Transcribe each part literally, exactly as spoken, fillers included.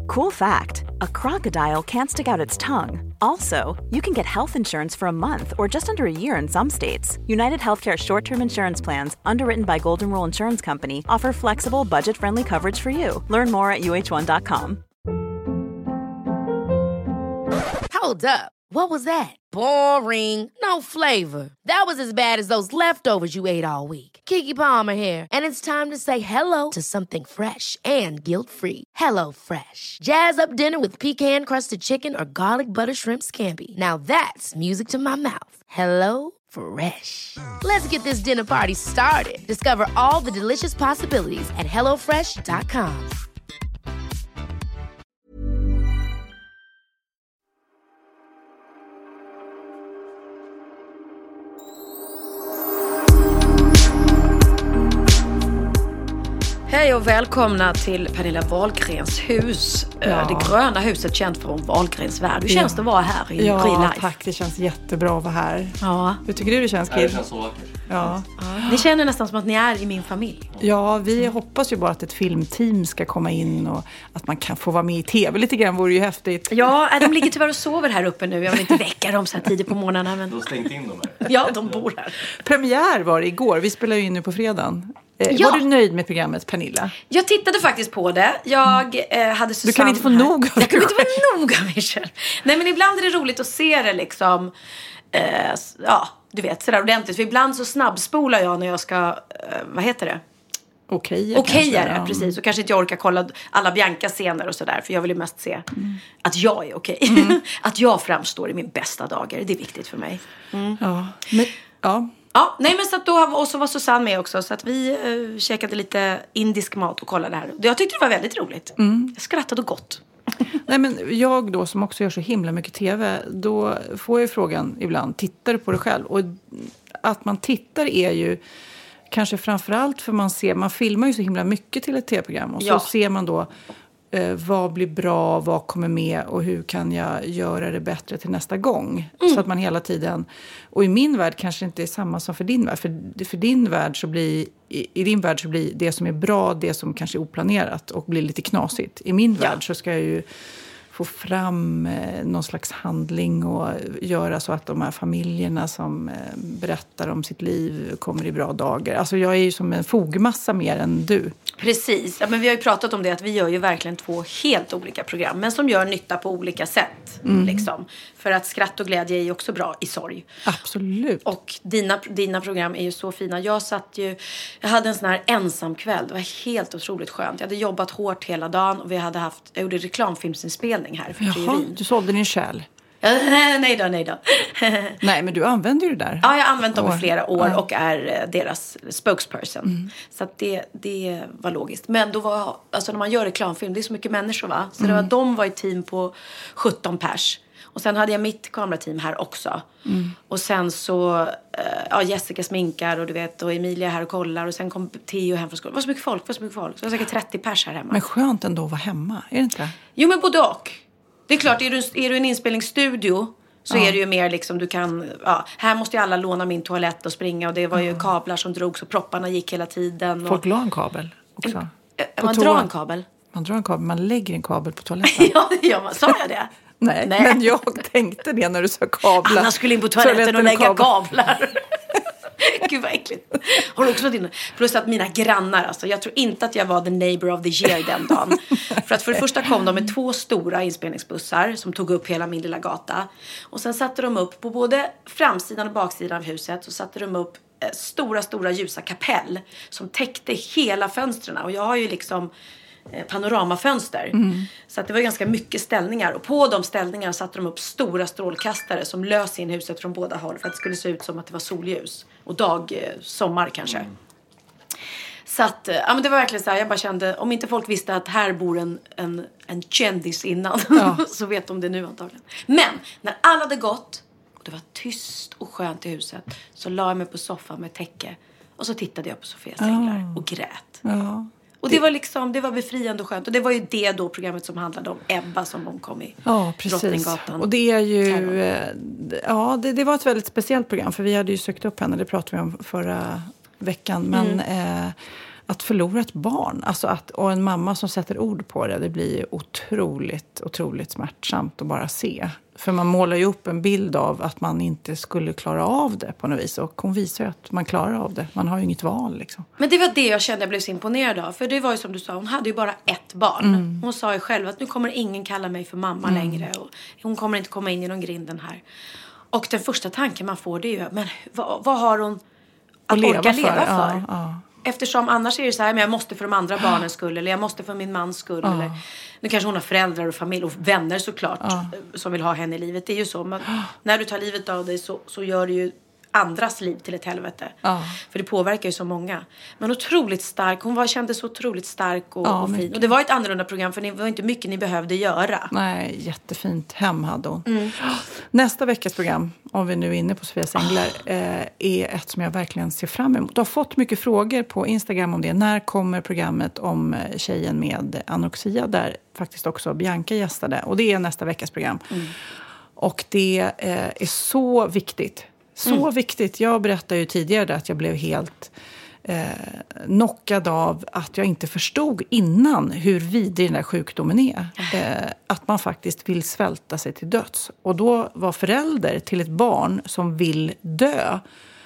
Cool fact, a crocodile can't stick out its tongue. Also, you can get health insurance for a month or just under a year in some states. United Healthcare short-term insurance plans, underwritten by Golden Rule Insurance Company, offer flexible, budget-friendly coverage for you. Learn more at U H one dot com. Hold up. What was that? Boring. No flavor. That was as bad as those leftovers you ate all week. Keke Palmer here, and it's time to say hello to something fresh and guilt-free. Hello Fresh. Jazz up dinner with pecan-crusted chicken or garlic butter shrimp scampi. Now that's music to my mouth. Hello Fresh. Let's get this dinner party started. Discover all the delicious possibilities at hello fresh dot com. Hej och välkomna till Pernilla Wahlgrens hus. Ja. Det gröna huset känt från Wahlgrens värld. Hur känns det att vara här i ja, real life? Ja, tack. Det känns jättebra att vara här. Ja. Hur tycker du det känns, Kid? Ja, det känns så vackert. Ja. Ja. Ni känner nästan som att ni är i min familj. Ja, vi hoppas ju bara att ett filmteam ska komma in och att man kan få vara med i tv lite grann. Vore ju häftigt. Ja, de ligger tyvärr och sover här uppe nu. Jag vill inte väcka dem så här tidigt på morgnarna. Men... Du har stängt in dem här. Ja, de bor här. Premiär var det igår. Vi spelar ju in nu på fredagen. Ja. Var du nöjd med programmet, Pernilla? Jag tittade faktiskt på det. Jag eh, hade Susanne. Du kan inte få nog av Jag kan inte få nog av mig själv. Nej, men ibland är det roligt att se det liksom. Eh, ja, du vet, sådär ordentligt. För ibland så snabbspolar jag när jag ska, eh, vad heter det? Okej, Okej är det, ja. precis. Och kanske inte jag orkar kolla alla Bianca-scener och sådär. För jag vill ju mest se mm. att jag är okej. Mm. Att jag framstår i min bästa dagar. Det är viktigt för mig. Mm. Ja, men, ja. Ja, nej men så att då och så var Susanne med också. Så att vi uh, käkade lite indisk mat och kollade här. Jag tyckte det var väldigt roligt. Mm. Jag skrattade gott. Nej, men jag då som också gör så himla mycket tv, då får jag frågan ibland, tittar du på det själv? Och att man tittar är ju kanske framförallt för man ser, man filmar ju så himla mycket till ett tv-program. Och så ja. ser man då eh, vad blir bra, vad kommer med och hur kan jag göra det bättre till nästa gång. Mm. Så att man hela tiden, och i min värld kanske inte är samma som för din värld. För, för din värld så blir, i, i din värld så blir det som är bra det som kanske är oplanerat och blir lite knasigt. I min ja. värld så ska jag ju få fram eh, någon slags handling och göra så att de här familjerna som eh, berättar om sitt liv kommer i bra dagar. Alltså jag är ju som en fogmassa mer än du. Precis, ja, men vi har ju pratat om det att vi gör ju verkligen två helt olika program. Men som gör nytta på olika sätt. Mm. Liksom. För att skratt och glädje är ju också bra i sorg. Absolut. Och dina, dina program är ju så fina. Jag satt ju, jag hade en sån här ensam kväll. Det var helt otroligt skönt. Jag hade jobbat hårt hela dagen och vi hade haft, jag gjorde reklamfilmsinspelning här för Jaha, teorin. du sålde din själ. nej då, nej då. Nej, men du använder ju det där. Ja, jag har använt dem år. i flera år ja. och är deras spokesperson. Mm. Så att det, det var logiskt. Men då var, alltså när man gör reklamfilm, det är så mycket människor va? Så mm. det var, de var ett team på sjutton pers. Och sen hade jag mitt kamerateam här också. Mm. Och sen så, ja, Jessica sminkar och du vet, och Emilia här och kollar. Och sen kom Theo hem från skolan. Det var så mycket folk, det var så mycket folk. Så det var säkert trettio pers här hemma. Men skönt ändå att vara hemma, är det inte det? Jo, men både och. Det är klart, är du, är du en inspelningsstudio så ja. är det ju mer liksom, du kan, ja, här måste ju alla låna min toalett och springa. Och det var ju mm. kablar som drogs och propparna gick hela tiden. Och... Folk la en kabel också. En, man drar en kabel. Man drar en kabel, man lägger en kabel på toaletten. Ja, det gör man. Sa jag det? Nej, Nej, men jag tänkte det när du sa kablar. Anna skulle in på toaletten, toaletten och lägga kabel. kablar. Gud vad äckligt. Har du också varit inne? Plus att mina grannar, alltså, jag tror inte att jag var the neighbor of the year den dagen. För att för det första kom de med två stora inspelningsbussar som tog upp hela min lilla gata. Och sen satte de upp på både framsidan och baksidan av huset, så satte de upp eh, stora, stora ljusa kapell som täckte hela fönstren. Och jag har ju liksom panoramafönster. Mm. Så att det var ganska mycket ställningar. Och på de ställningarna satte de upp stora strålkastare som lös in huset från båda håll för att det skulle se ut som att det var solljus. Och dag, eh, sommar kanske. Mm. Så att, ja men det var verkligen så här, jag bara kände, om inte folk visste att här bor en, en, en kändis innan, ja. så vet de det nu antagligen. Men, när alla hade gått, och det var tyst och skönt i huset, så la jag mig på soffan med täcke. Och så tittade jag på Sofias änglar oh. och grät. Ja. Och det var liksom, det var befriande och skönt. Och det var ju det då programmet som handlade om Ebba som omkom i ja, precis. Drottninggatan. Och det är ju, ja det, det var ett väldigt speciellt program. För vi hade ju sökt upp henne, det pratade vi om förra veckan. Men mm. eh, att förlora ett barn. Alltså att, och en mamma som sätter ord på det, det blir ju otroligt, otroligt smärtsamt att bara se. För man målar ju upp en bild av att man inte skulle klara av det på något vis. Och hon visar ju att man klarar av det. Man har ju inget val liksom. Men det var det jag kände jag blev så imponerad av. För det var ju som du sa, hon hade ju bara ett barn. Mm. Hon sa ju själv att nu kommer ingen kalla mig för mamma mm. längre. Och hon kommer inte komma in genom grinden här. Och den första tanken man får det är ju, men vad, vad har hon att leva orka leva för? för? Ja, ja. Eftersom annars är det så här, men jag måste för de andra barnens skull. Eller jag måste för min mans skull. Ja. Eller, nu kanske hon har föräldrar och familj och vänner såklart. Ja. Som vill ha henne i livet. Det är ju så. Men när du tar livet av dig så, så gör du ju andras liv till ett helvete. Ja. För det påverkar ju så många. Men otroligt stark. Hon var, kände så otroligt stark och, ja, och fin. Mycket. Och det var ett annorlunda program. För det var inte mycket ni behövde göra. Nej, jättefint hem hade hon. Mm. Nästa veckas program, om vi nu är inne på Sofias Änglar, oh. eh, är ett som jag verkligen ser fram emot. Jag har fått mycket frågor på Instagram om det. När kommer programmet om tjejen med anorexia? Där faktiskt också Bianca gästade. Och det är nästa veckas program. Mm. Och det eh, är så viktigt. Så mm. viktigt. Jag berättade ju tidigare att jag blev helt eh, knockad av att jag inte förstod innan hur vidrig den där sjukdomen är. Eh, att man faktiskt vill svälta sig till döds. Och då var förälder till ett barn som vill dö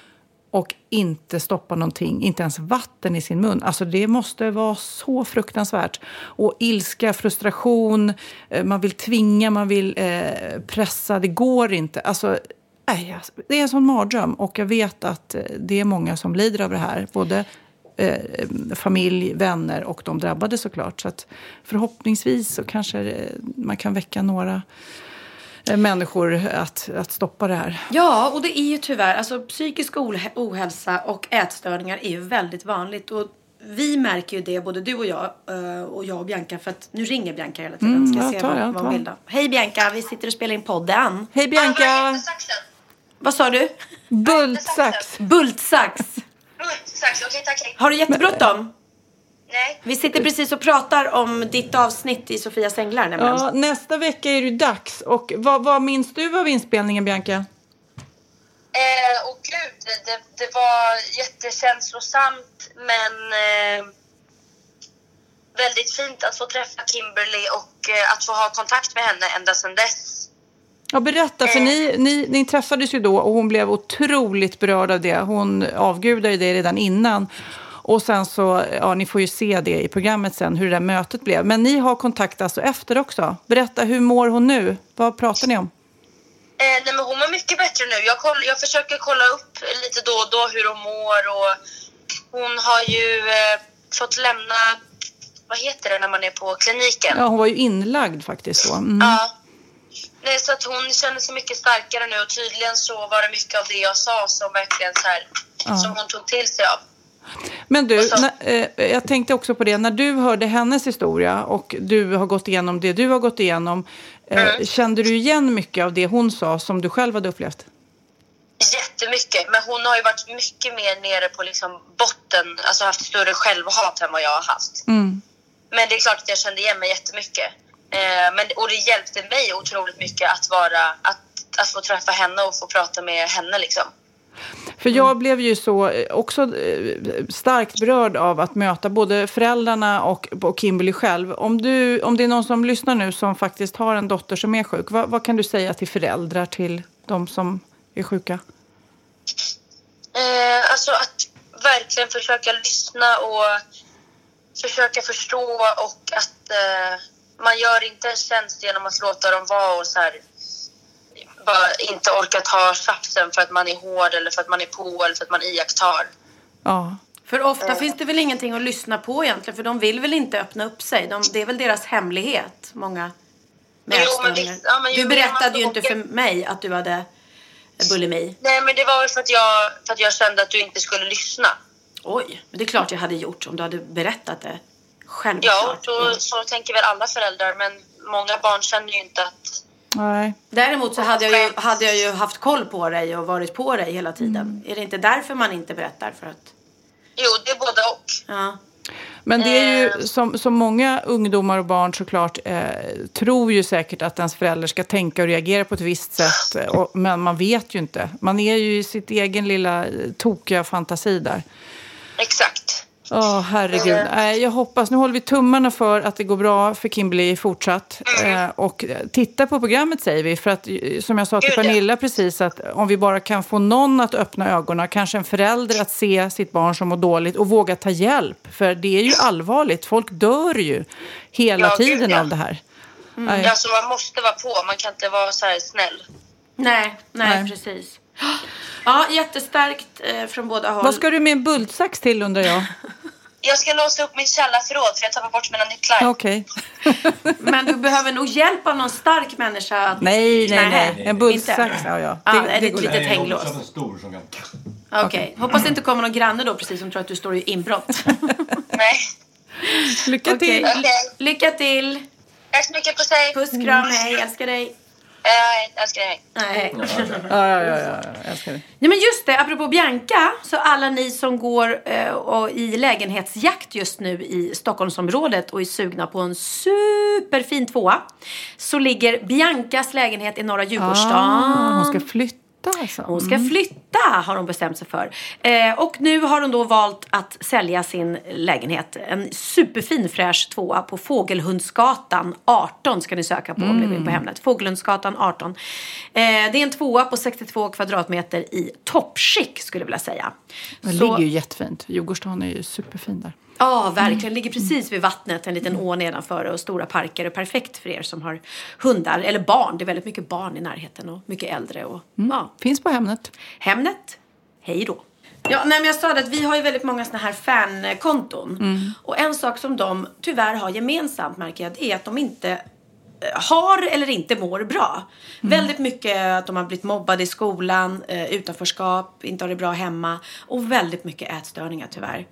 och inte stoppa någonting, inte ens vatten i sin mun. Alltså det måste vara så fruktansvärt. Och ilska, frustration, eh, man vill tvinga, man vill eh, pressa, det går inte. Alltså... Nej, det är en sån mardröm och jag vet att det är många som lider av det här. Både eh, familj, vänner och de drabbade såklart. Så att förhoppningsvis så kanske man kan väcka några eh, människor att, att stoppa det här. Ja, och det är ju tyvärr, alltså psykisk oh- ohälsa och ätstörningar är ju väldigt vanligt. Och vi märker ju det, både du och jag och jag och Bianca, för att nu ringer Bianca hela tiden. Mm, Ska jag se tar, vad, jag vad hon vill då. Hej Bianca, vi sitter och spelar in podden. Hej Bianca! Vad sa du? Bultsax. Bultsax. Bultsax, okej tack. Hej. Har du jättebråttom? Nej. Vi sitter precis och pratar om ditt avsnitt i Sofias Änglar nämligen. Ja, nästa vecka är det dags. Och vad, vad minns du av inspelningen, Bianca? Eh, och gud, det, det var jättekänslosamt men eh, väldigt fint att få träffa Kimberly och eh, att få ha kontakt med henne ända sedan dess. Ja, berätta, för ni, ni, ni träffades ju då och hon blev otroligt berörd av det. Hon avgudade det redan innan. Och sen så, ja, ni får ju se det i programmet sen, hur det där mötet blev. Men ni har kontakt alltså efter också. Berätta, hur mår hon nu? Vad pratar ni om? Eh, nej, men hon mår mycket bättre nu. Jag, koll, jag försöker kolla upp lite då och då hur hon mår. Och hon har ju eh, fått lämna, vad heter det när man är på kliniken? Ja, hon var ju inlagd faktiskt då. Mm. Ja. Nej, så att hon känner sig mycket starkare nu och tydligen så var det mycket av det jag sa som verkligen så här, ja. Som hon tog till sig av. Men du, så, när, eh, jag tänkte också på det, när du hörde hennes historia och du har gått igenom det du har gått igenom, eh, mm. kände du igen mycket av det hon sa som du själv hade upplevt? Jättemycket, men hon har ju varit mycket mer nere på liksom botten, alltså haft större självhat än vad jag har haft. Mm. Men det är klart att jag kände igen mig jättemycket. Men, och det hjälpte mig otroligt mycket att vara att, att få träffa henne och få prata med henne liksom. För jag mm. blev ju så också starkt berörd av att möta både föräldrarna och, och Kimberly själv. Om, du, om det är någon som lyssnar nu som faktiskt har en dotter som är sjuk, vad, vad kan du säga till föräldrar, till de som är sjuka? Eh, alltså att verkligen försöka lyssna och försöka förstå och att eh, man gör inte en tjänst genom att låta dem vara och så här, bara inte orka ta tjafsen för att man är hård eller för att man är på eller för att man iakttar. Ja. För ofta mm. finns det väl ingenting att lyssna på egentligen, för de vill väl inte öppna upp sig. De, det är väl deras hemlighet, många mätstörningar. Ja, du berättade ju inte för mig att du hade bulimi. Nej, men det var väl för att jag, för att jag kände att du inte skulle lyssna. Oj, men det är klart jag hade gjort om du hade berättat det. Självklart. Ja, så, mm. så tänker väl alla föräldrar, men många barn känner ju inte att... Nej. Däremot så hade jag, ju, hade jag ju haft koll på dig och varit på dig hela tiden. Mm. Är det inte därför man inte berättar? För att... Jo, det är både och. Ja. Men det är ju som, som många ungdomar och barn såklart eh, tror ju säkert att ens föräldrar ska tänka och reagera på ett visst sätt. Och, men man vet ju inte. Man är ju i sitt egen lilla tokiga fantasi där. Exakt. Åh, oh, herregud. Nej, jag hoppas, nu håller vi tummarna för att det går bra för Kimberly fortsatt. Mm. Eh, och titta på programmet säger vi, för att som jag sa till Pernilla precis, att om vi bara kan få någon att öppna ögonen, kanske en förälder att se sitt barn som mår dåligt och våga ta hjälp. För det är ju allvarligt, folk dör ju hela ja, tiden gud, ja. av det här. Mm. Ja, så man måste vara på, man kan inte vara så här snäll. Nej, nej, nej. precis. Ja, jättestarkt eh, från båda håll. Vad ska du med en bultsax till, undrar jag? Jag ska låsa upp mitt källarförråd för jag tappar bort mina nycklar. Okej. Okay. Men du behöver nog hjälp av någon stark människa. Att... Nej, nej, nej. En bultsax, ja, ja. Det, det, det, det är ett litet nej, hänglås. Okej. Okay. Okay. Hoppas det inte kommer någon granne då, precis som tror att du står i inbrott. Nej. Lycka okay. till. Okay. Lycka till. Tack så mycket, puss, hej. Puss, kram, hej, älskar dig. Jag älskar dig. Nej. Ja, ja, ja, ja, jag älskar dig. Ja, men just det, apropå Bianca, så alla ni som går eh, och i lägenhetsjakt just nu i Stockholmsområdet och är sugna på en superfin tvåa, så ligger Biancas lägenhet i Norra Djurgårdsstaden. Ah, hon ska flytta. Alltså. Hon ska flytta, har hon bestämt sig för. Eh, och nu har hon då valt att sälja sin lägenhet. En superfin fräsch tvåa på Fågelhundsgatan arton ska ni söka på mm. om ni vill på Hemnet. Fågelhundsgatan arton. Eh, det är en tvåa på sextiotvå kvadratmeter i toppskick skulle jag vilja säga. Det Så... ligger ju jättefint. Djurgårdsstaden är ju superfin där. Ja, verkligen. Ligger precis vid vattnet, en liten å nedanför och stora parker. Och perfekt för er som har hundar eller barn. Det är väldigt mycket barn i närheten och mycket äldre. Och, mm. ja. Finns på Hemnet. Hemnet, hej då. Ja, nej, men jag sa det att vi har ju väldigt många såna här fankonton. Mm. Och en sak som de tyvärr har gemensamt, märker jag, är att de inte har eller inte mår bra. Mm. Väldigt mycket att de har blivit mobbade i skolan, eh, utanförskap, inte har det bra hemma. Och väldigt mycket ätstörningar tyvärr.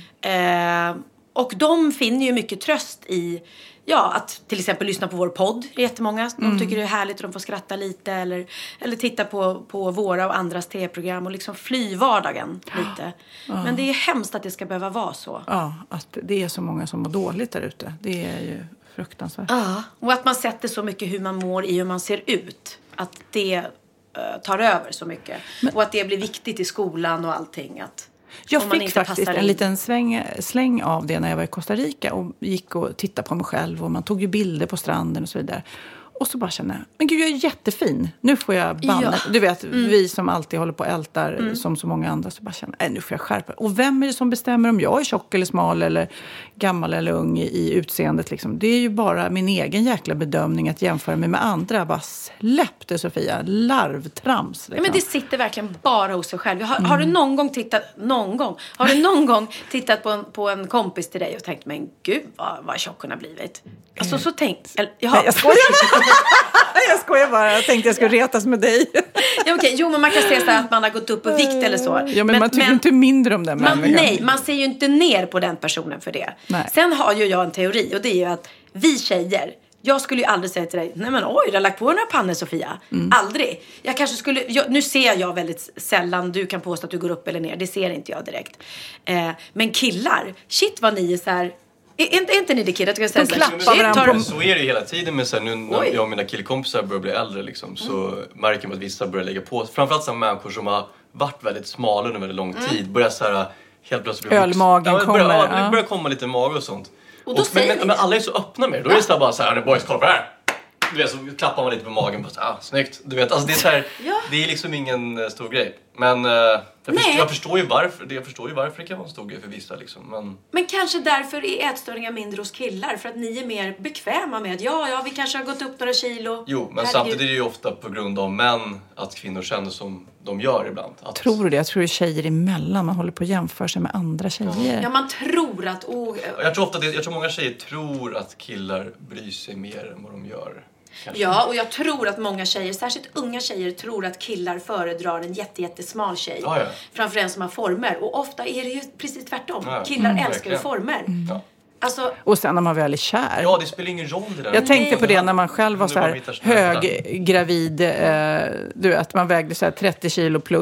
Mm. Eh, och de finner ju mycket tröst i ja, att till exempel lyssna på vår podd. Det är jättemånga. De mm. tycker det är härligt och de får skratta lite. Eller, eller titta på, på våra och andras tv-program och liksom fly vardagen lite. Ja. Men det är hemskt att det ska behöva vara så. Ja, att det är så många som mår dåligt där ute. Det är ju fruktansvärt. Ja, och att man sätter så mycket hur man mår i hur man ser ut. Att det uh, tar över så mycket. Men, och att det blir viktigt i skolan och allting. Att jag fick faktiskt en liten sväng, släng av det när jag var i Costa Rica. Och gick och tittade på mig själv. Och man tog ju bilder på stranden och så vidare. Och så bara känner jag, men gud jag är jättefin. Nu får jag banna. Ja. Du vet, mm. vi som alltid håller på och ältar mm. som så många andra. Så bara känner jag, nu får jag skärpa. Och vem är det som bestämmer om jag är tjock eller smal eller gammal eller ung i, i utseendet liksom? Det är ju bara min egen jäkla bedömning att jämföra mig med andra. Bara släpp det, Sofia. Larvtrams. Liksom. Ja, men det sitter verkligen bara hos sig själv. Har, mm. har du någon gång tittat, någon gång, har du någon gång tittat på en, på en kompis till dig och tänkt, men gud vad, vad tjock hon har blivit. Alltså så tänkt, eller, Nej, jag skojar. Jag skojar bara, jag tänkte jag skulle retas med dig. Ja, okay. Jo, men man kan se så att man har gått upp i vikt eller så. Ja, men, men man tycker men, inte mindre om den man, Nej, man ser ju inte ner på den personen för det. Nej. Sen har ju jag en teori och det är ju att vi tjejer, jag skulle ju aldrig säga till dig, nej men oj, du har lagt på några pannor, Sofia. Mm. Aldrig. Jag kanske skulle, jag, nu ser jag väldigt sällan, du kan påstå att du går upp eller ner, det ser inte jag direkt. Eh, men killar, shit vad ni är så här. Är inte, är inte ni det killar? De klappar varandra. Så är det ju hela tiden. Men sen nu när Oj. jag och mina killkompisar börjar bli äldre liksom, så mm. märker man att vissa börjar lägga på. Framförallt som människor som har varit väldigt smala under väldigt lång mm. tid. Börjar så här helt plötsligt bli ölmagen ja, kommer. Börjar, ja. Det börjar komma lite mage och sånt. Och då och, men, men, men alla är så öppna med det. Då är det så bara så här, boys, kolla på det här. Du vet, så klappar man lite på magen. Bara, ah, snyggt. Du vet, alltså det är så här, ja. Det är liksom ingen uh, stor grej. Men uh, jag, förstår, jag, förstår ju varför, det, jag förstår ju varför det kan vara en stor grej för vissa. Liksom. Men... men kanske därför är ätstörningar mindre hos killar. För att ni är mer bekväma med att ja, ja, vi kanske har gått upp några kilo. Jo, men Herregud. Samtidigt är det ju ofta på grund av män att kvinnor känner som de gör ibland. Att... Tror du det? Jag tror det är tjejer emellan. Man håller på att jämföra sig med andra tjejer. Ja, ja man tror att... Oh, jag tror ofta det, jag tror många tjejer tror att killar bryr sig mer än vad de gör. Kanske. Ja, och jag tror att många tjejer, särskilt unga tjejer, tror att killar föredrar en jätte, jättesmal tjej ja, ja. framför en som har former. Och ofta är det ju precis tvärtom. Ja, killar mm, älskar ju former. Mm. Ja. Alltså, och sen när man väl är kär. Ja, det spelar ingen roll det där. Jag tänkte Nej. på det när man själv var så här höggravid. Eh, du vet, man vägde så här trettio kilo plus.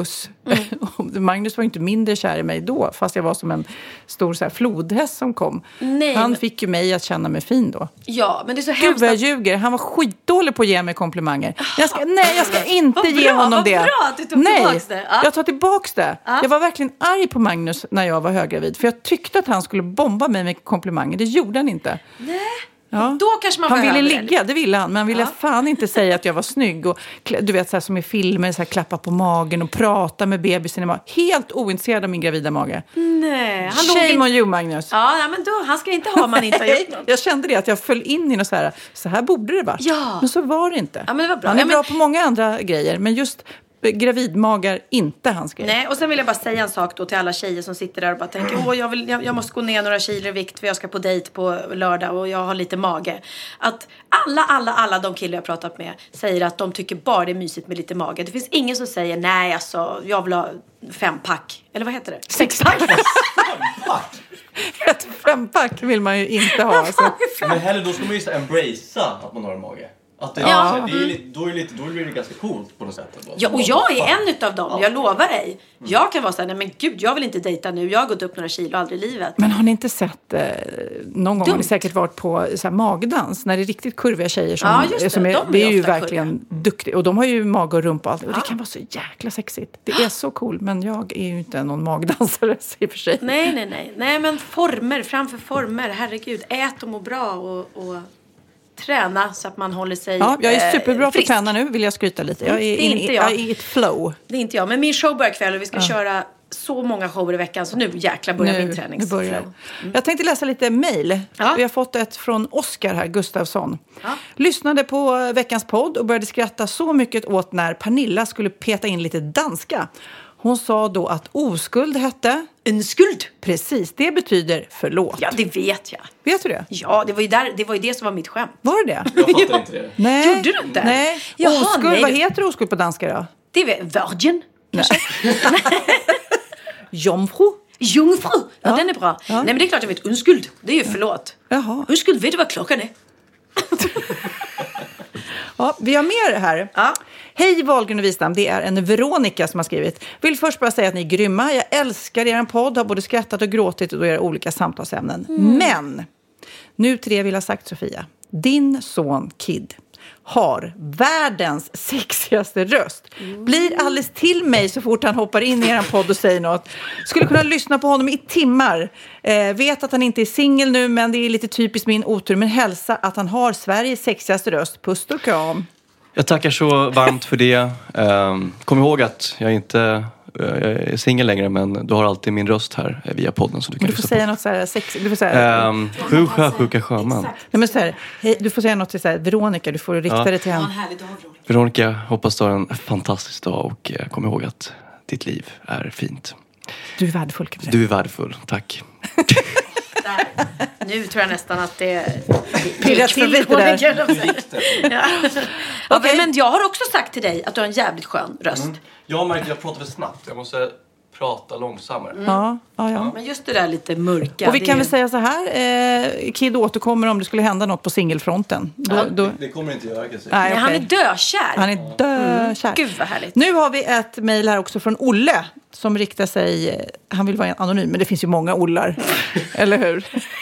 Mm. Magnus var inte mindre kär i mig då, fast jag var som en stor så här, flodhäst som kom. Nej, han men... fick ju mig att känna mig fin då. Ja, men det är så Gud hemskt. vad jag ljuger. Han var skitdålig på att ge mig komplimanger. Jag ska, nej, jag ska inte vad ge bra, honom vad det. Bra att du tog nej, tillbaks det. Ja. jag tar tillbaks det. Ja. Jag var verkligen arg på Magnus när jag var höggravid. För jag tyckte att han skulle bomba mig med komplimanger. Det gjorde han inte. Nej. Ja. Då kanske man han ville behöver ligga, det ville han. Men han ville ja. fan inte säga att jag var snygg. Och, du vet, så här, som i filmer, så här, klappa på magen och prata med bebisen i magen. Helt ointresserad av min gravida mage. Nej. Han Shame in... on you, Magnus. Ja, men då, han ska inte ha om man inte har gjort något. Jag kände det, att jag föll in i något så här, så här borde det vara. Ja. Men så var det inte. Ja, men det var bra. Han är ja, men... bra på många andra grejer, men just gravidmagar, inte hans grej. Nej, och sen vill jag bara säga en sak då till alla tjejer som sitter där och bara tänker åh, jag, vill, jag, jag måste gå ner några kilo i vikt för jag ska på dejt på lördag och jag har lite mage. Att alla, alla, alla de killar jag har pratat med säger att de tycker bara det är mysigt med lite mage. Det finns ingen som säger nej, alltså, jag vill ha fempack. Eller vad heter det? Sexpack. Fempack? Ett fempack vill man ju inte ha. Alltså. Men heller då ska man ju så embracea att man har en mage. Att det, Ja. det är lite, då, är det lite, då blir det ganska coolt på något sätt. Då. Ja, och jag är en utav dem, Ja. jag lovar dig. Jag kan vara så här, nej men gud, jag vill inte dejta nu. Jag har gått upp några kilo aldrig i livet. Men har ni inte sett, eh, någon gång Dumt. har ni säkert varit på så här, magdans, när det är riktigt kurviga tjejer som, Ja, just det. som är, De är det är ju ofta verkligen duktiga. Och de har ju mage och rumpa och allt. Och det kan vara så jäkla sexigt. Det är så cool, men jag är ju inte någon magdansare i och för sig. Nej, nej, nej. Nej, men former, framför former. Herregud, ät och må bra och, och träna så att man håller sig Ja, jag är superbra eh, på att träna nu, vill jag skryta lite. Jag är, Det är in, inte i, jag. jag är i ett flow. Det är inte jag, men min show börjar ikväll och vi ska köra så många shower i veckan. Så nu jäklar börjar Nu, min nu träningsflow. börjar. Mm. Jag tänkte läsa lite mejl. Ja. Vi har fått ett från Oskar här, Gustafsson. Ja. Lyssnade på veckans podd och började skratta så mycket åt när Pernilla skulle peta in lite danska. Hon sa då att oskuld hette... En skuld. Precis, det betyder förlåt. Ja, det vet jag. Vet du det? Ja, det var ju, där, det, var ju det som var mitt skämt. Var det det? Jag fattar inte det. Nej. Gjorde du inte? Nej. Jaha, oskuld, nej, vad du- heter oskuld på danska då? Det är väl virgin? Jomfru? Jungfru. Ja, Ja. den är bra. Ja. Nej, men det är klart jag vet. Unskuld. Det är ju förlåt. Jaha. Unskuld, vet du vad klockan är? Ja, vi har mer här. Ja. Hej Wahlgren och Wistam, det är en Veronica som har skrivit. Vill först bara säga att ni är grymma. Jag älskar er podd, har både skrattat och gråtit och era olika samtalsämnen. Mm. Men, nu till det jag vill ha sagt Sofia. Din son Kid har världens sexigaste röst. Blir alldeles till mig så fort han hoppar in i er podd och säger något. Skulle kunna lyssna på honom i timmar. Eh, vet att han inte är singel nu, men det är lite typiskt min otur. Men hälsa att han har Sveriges sexigaste röst. Puss och kram. Jag tackar så varmt för det. Um, kom ihåg att jag inte uh, jag är singel längre, men du har alltid min röst här uh, via podden. Så du kan Du får lyssna säga på. något så här sexigt. Du får säga... Um, sju sjösjuka sjöman. Nej, men så här, hej, du får säga något till så här, Veronica, du får rikta Ja. det till henne. härlig dag, Veronica. Veronica, hoppas du har en fantastisk dag och uh, kom ihåg att ditt liv är fint. Du är värdefull, kan jag säga. Du är värdefull, tack. Där. Nu tror jag nästan att det Pirrar till lite där. Ja. Ja, Okej. men jag har också sagt till dig att du har en jävligt skön röst. Mm. Jag märker att jag pratar för snabbt. Jag måste prata långsammare. Ja, ja, ja. Men just det där lite mörka. Och vi det kan är- väl säga så här, eh, Kid återkommer om det skulle hända något på singelfronten. Då, då, Det kommer inte göra, kan jag säga. nej, Nej, han är okej. dökär. Han är dökär. Gud vad härligt. Nu har vi ett mejl här också från Olle som riktar sig, eh, han vill vara anonym, men det finns ju många Ollar, eller hur?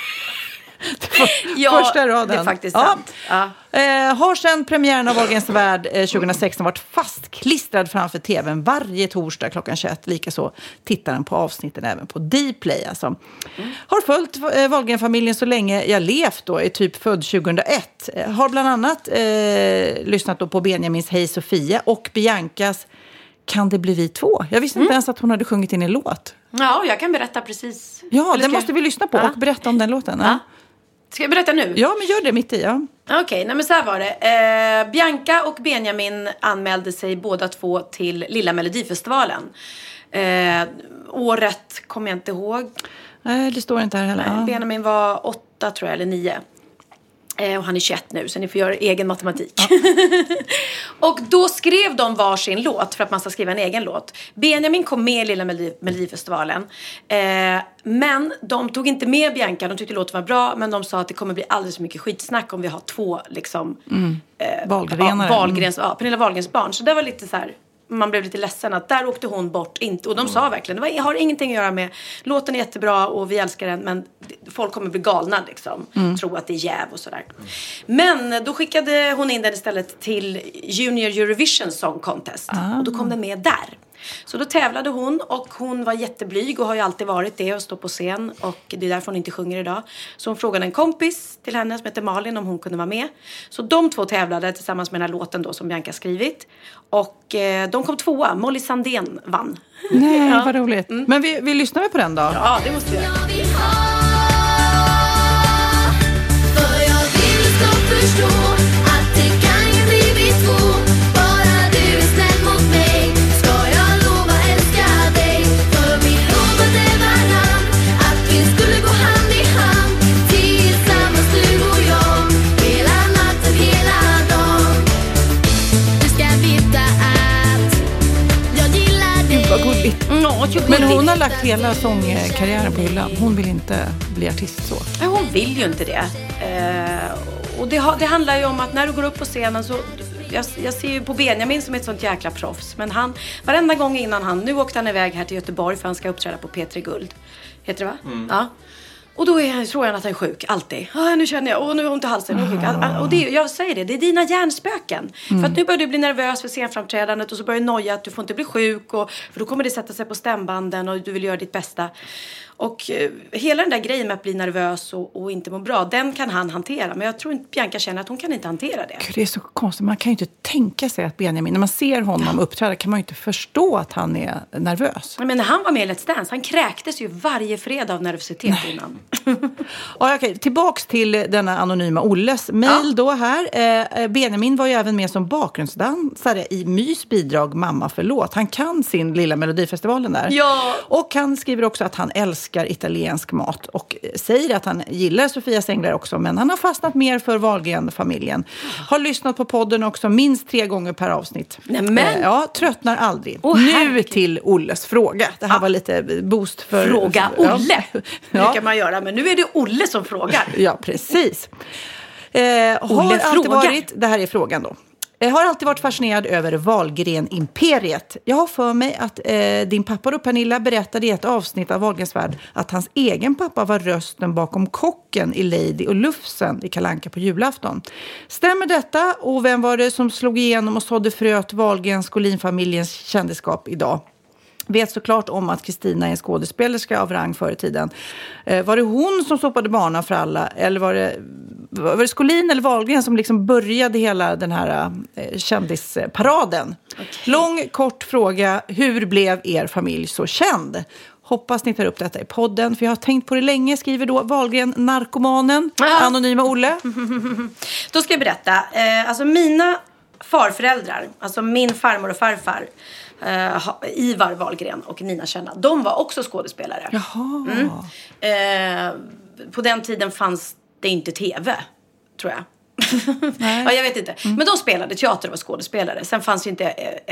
Ja, Första raden. det är faktiskt Ja. sant. Ja. Eh, har sedan premiären av Wahlgrens värld eh, tjugohundrasexton varit fastklistrad framför tvn varje torsdag klockan tjugoett. Likaså tittar den på avsnitten även på Dplay. Alltså. Mm. Har följt eh, Wahlgren-familjen så länge jag levt då, är typ född tjugohundraett. Eh, har bland annat eh, lyssnat då på Benjamins Hej Sofia och Biancas Kan det bli vi två? Jag visste inte ens att hon hade sjungit in en låt. Ja, jag kan berätta precis. Ja, Eller den ska måste jag- vi lyssna på Ja. och berätta om den låten. Ja, Ja. Ska jag berätta nu? ja men gör det mitt i. Ja. Okej, nej men så här var det. Eh, Bianca och Benjamin anmälde sig båda två till Lilla Melodifestivalen. Eh, året kommer jag inte ihåg. Nej, det står inte här heller. Nej, Ja. Benjamin var åtta tror jag, eller nio. Eh, och han är tjugoett nu, så ni får göra egen matematik. Ja. Och då skrev de varsin låt för att man ska skriva en egen låt. Benjamin kom med i Lilla Melodi- Melodifestivalen. Eh, men de tog inte med Bianca, de tyckte låten var bra. Men de sa att det kommer bli alldeles för mycket skitsnack om vi har två liksom... Mm. Eh, Wahlgrenare. ja, Wahlgrens, ja, Pernilla Wahlgrens barn. Så det var lite så här... man blev lite ledsen att där åkte hon bort. Inte, och de sa verkligen, det var, har ingenting att göra med, låten är jättebra och vi älskar den, men folk kommer bli galna liksom. Mm. Tro att det är jäv och sådär. Men då skickade hon in den istället till Junior Eurovision Song Contest. Ah. Och då kom den med där. Så då tävlade hon och hon var jätteblyg och har ju alltid varit det och stå på scen. Och det är därför hon inte sjunger idag. Så hon frågade en kompis till henne som heter Malin om hon kunde vara med. Så de två tävlade tillsammans med den här låten då som Bianca skrivit. Och eh, de kom tvåa. Molly Sandén vann. Nej, ja. Vad roligt. Mm. Men vi, vi lyssnar på den då? Ja, det måste vi göra. För jag vill ska förstå att det kan ju bli vi två. Bara du är snäll mot mig ska jag lova älska dig. För vi lovade varann att vi skulle gå hand i hand. Tillsammans du och jag, hela natten, hela dagen. Du ska veta att jag gillar dig. Gud vad gulligt. Mm, men hon har lagt hela sångkarriären på hyllan. Hon vill inte bli artist så. Nej, hon vill ju inte det. Eh, och det, ha, det handlar ju om att när du går upp på scenen så... Jag, jag ser ju på Benjamin som är ett sånt jäkla proffs. Men han, varenda gång innan han... Nu åkte han iväg här till Göteborg för han ska uppträda på P tre Guld. Heter det va? Mm. Ja. Och då är han, tror jag att han är sjuk, alltid. Ah, nu känner jag, och nu har hon inte halsen. Ah. Och det, jag säger det, det är dina hjärnspöken. Mm. För att nu börjar du bli nervös för scenframträdandet och så börjar du noja att du får inte bli sjuk. Och, för då kommer det sätta sig på stämbanden och du vill göra ditt bästa. Och eh, hela den där grejen med att bli nervös och, och inte må bra, den kan han hantera. Men jag tror inte Bianca känner att hon kan inte hantera det. Det är så konstigt, man kan ju inte tänka sig att Benjamin, när man ser honom uppträda kan man ju inte förstå att han är nervös. Men när han var med i Let's Dance, han kräktes ju varje fredag av nervositet. Nej. Innan. Ja, okej, tillbaks till denna anonyma Olles mejl ja. Då här. Eh, Benjamin var ju även med som bakgrundsdansare i Mys bidrag Mamma förlåt. Han kan sin lilla Melodifestivalen där. Ja. Och han skriver också att han älskar italiensk mat och säger att han gillar Sofias änglar också, men han har fastnat mer för Wahlgren-familjen. Har lyssnat på podden också minst tre gånger per avsnitt. Nämen. Eh, ja, tröttnar aldrig. Oh, nu herregud. Till Olles fråga. Det här ja. Var lite boost för... Fråga för, Olle. Ja. Det kan man göra, men nu är det Olle som frågar. Ja, precis. Eh, har alltid varit, det här är frågan då. Jag har alltid varit fascinerad över Wahlgren-imperiet. Jag har för mig att eh, din pappa då, Pernilla, berättade i ett avsnitt av Wahlgrens värld att hans egen pappa var rösten bakom kocken i Lady och Lufsen i Kalle Anka på julafton. Stämmer detta? Och vem var det som slog igenom och sådde fröet Wahlgrens Skolin-familjens kändisskap idag? Vet såklart om att Kristina är en skådespelerska av rang förr i tiden. Eh, var det hon som stoppade banan för alla? Eller var det, var det Skolin eller Wahlgren som liksom började hela den här eh, kändisparaden? Okay. Lång, kort fråga. Hur blev er familj så känd? Hoppas ni tar upp detta i podden. För jag har tänkt på det länge, skriver då Wahlgren, narkomanen, ah. anonyma Olle. Då ska jag berätta. Eh, alltså mina farföräldrar, alltså min farmor och farfar, Uh, Ivar Wahlgren och Nina Kärna, de var också skådespelare. Jaha. Mm. Uh, på den tiden fanns det inte tv, tror jag. Nej. Ja, jag vet inte. Mm. Men de spelade teater och var skådespelare. Sen fanns ju inte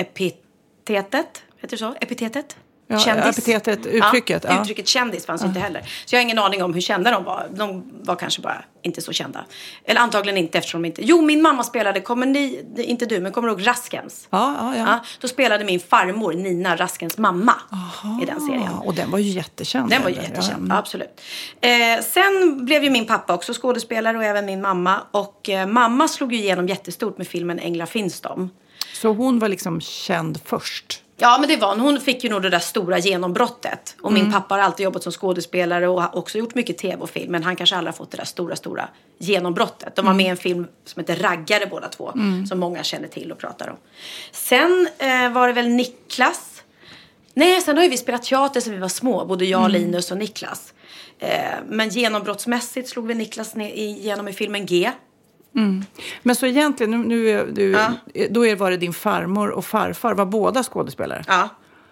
epitetet, heter det så? Epitetet? Ja, kändis. Epitetet, uttrycket. Ja, uttrycket kändis fanns ja. Inte heller. Så jag har ingen aning om hur kända de var. De var kanske bara inte så kända. Eller antagligen inte eftersom de inte... Jo, min mamma spelade, kommer ni, inte du, men kommer du ihåg Raskens? Ja, ja, ja. ja. Då spelade min farmor, Nina, Raskens mamma. Aha. I den serien. Och den var ju jättekänd. Den var ju jättekänd, ja, absolut. Eh, sen blev ju min pappa också skådespelare och även min mamma. Och eh, mamma slog ju igenom jättestort med filmen Änglar finns de. Så hon var liksom känd först? Ja, men det var hon. Hon fick ju nog det där stora genombrottet. Och min mm. pappa har alltid jobbat som skådespelare och har också gjort mycket tv och film. Men han kanske aldrig har fått det där stora, stora genombrottet. De var med i en film som heter Raggare båda två. Mm. Som många känner till och pratar om. Sen eh, var det väl Niklas. Nej, sen har ju vi spelat teater sen vi var små. Både jag, mm. Linus och Niklas. Eh, men genombrottsmässigt slog vi Niklas ner igenom i filmen G. Mm. Men så egentligen, nu, nu, du, ja. Då är var det din farmor och farfar var båda skådespelare? Ja.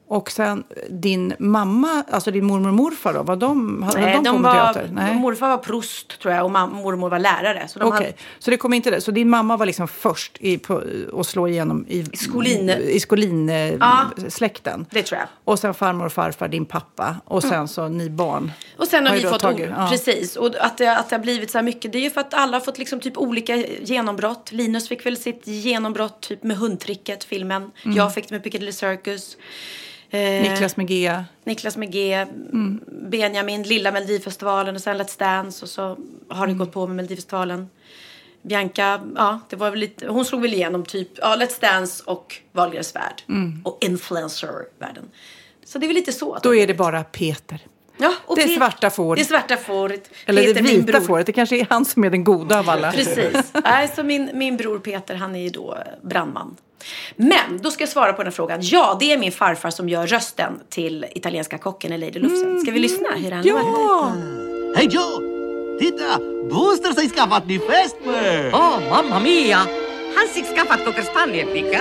Och sen din mamma, alltså din mormor och morfar då, var de, hade Nej, de, de kom var, teater? Nej, morfar var prost tror jag och mam- mormor var lärare. Så de okej. hade... Så det kom inte det. Så din mamma var liksom först i, på, att slå igenom i Skolin. i Skolin-släkten. Det tror jag. Och sen farmor och farfar, din pappa. Och sen Mm. så ni barn. Och sen har Har vi ju då fått, tagit- o- ja. precis, och att det, att det har blivit så här mycket, det är ju för att alla har fått liksom typ olika genombrott. Linus fick väl sitt genombrott typ med Hundtricket, filmen. Mm. Jag fick det med Piccadilly Circus. Eh, Niklas med G. Niklas med G, Mm. Benjamin, lilla Melodifestivalen och sen Let's Dance och så har det Mm. gått på med Melodifestivalen. Bianca, ja, det var väl lite, hon slog väl igenom typ, ja, Let's Dance och Wahlgrens värld. Mm. Och influencer-världen. Så det är väl lite så. att Då det- är det bara Peter. Ja, och det är Pe- svarta får. Det är svarta fåret. Eller Peter, det min vita bror. fåret. Det kanske är han som är den goda av alla. Precis. Nej, så min, min bror Peter, han är ju då brandman. Men, då ska jag svara på den här frågan. Ja, det är min farfar som gör rösten till italienska kocken i Lady Lufsen. Ska vi lyssna hur han låter? Ja! Hej Joe! Titta! Booster s'hai skaffat ny fästmö! Oh, mamma mia! Han fick skaffat några spanjorpicka.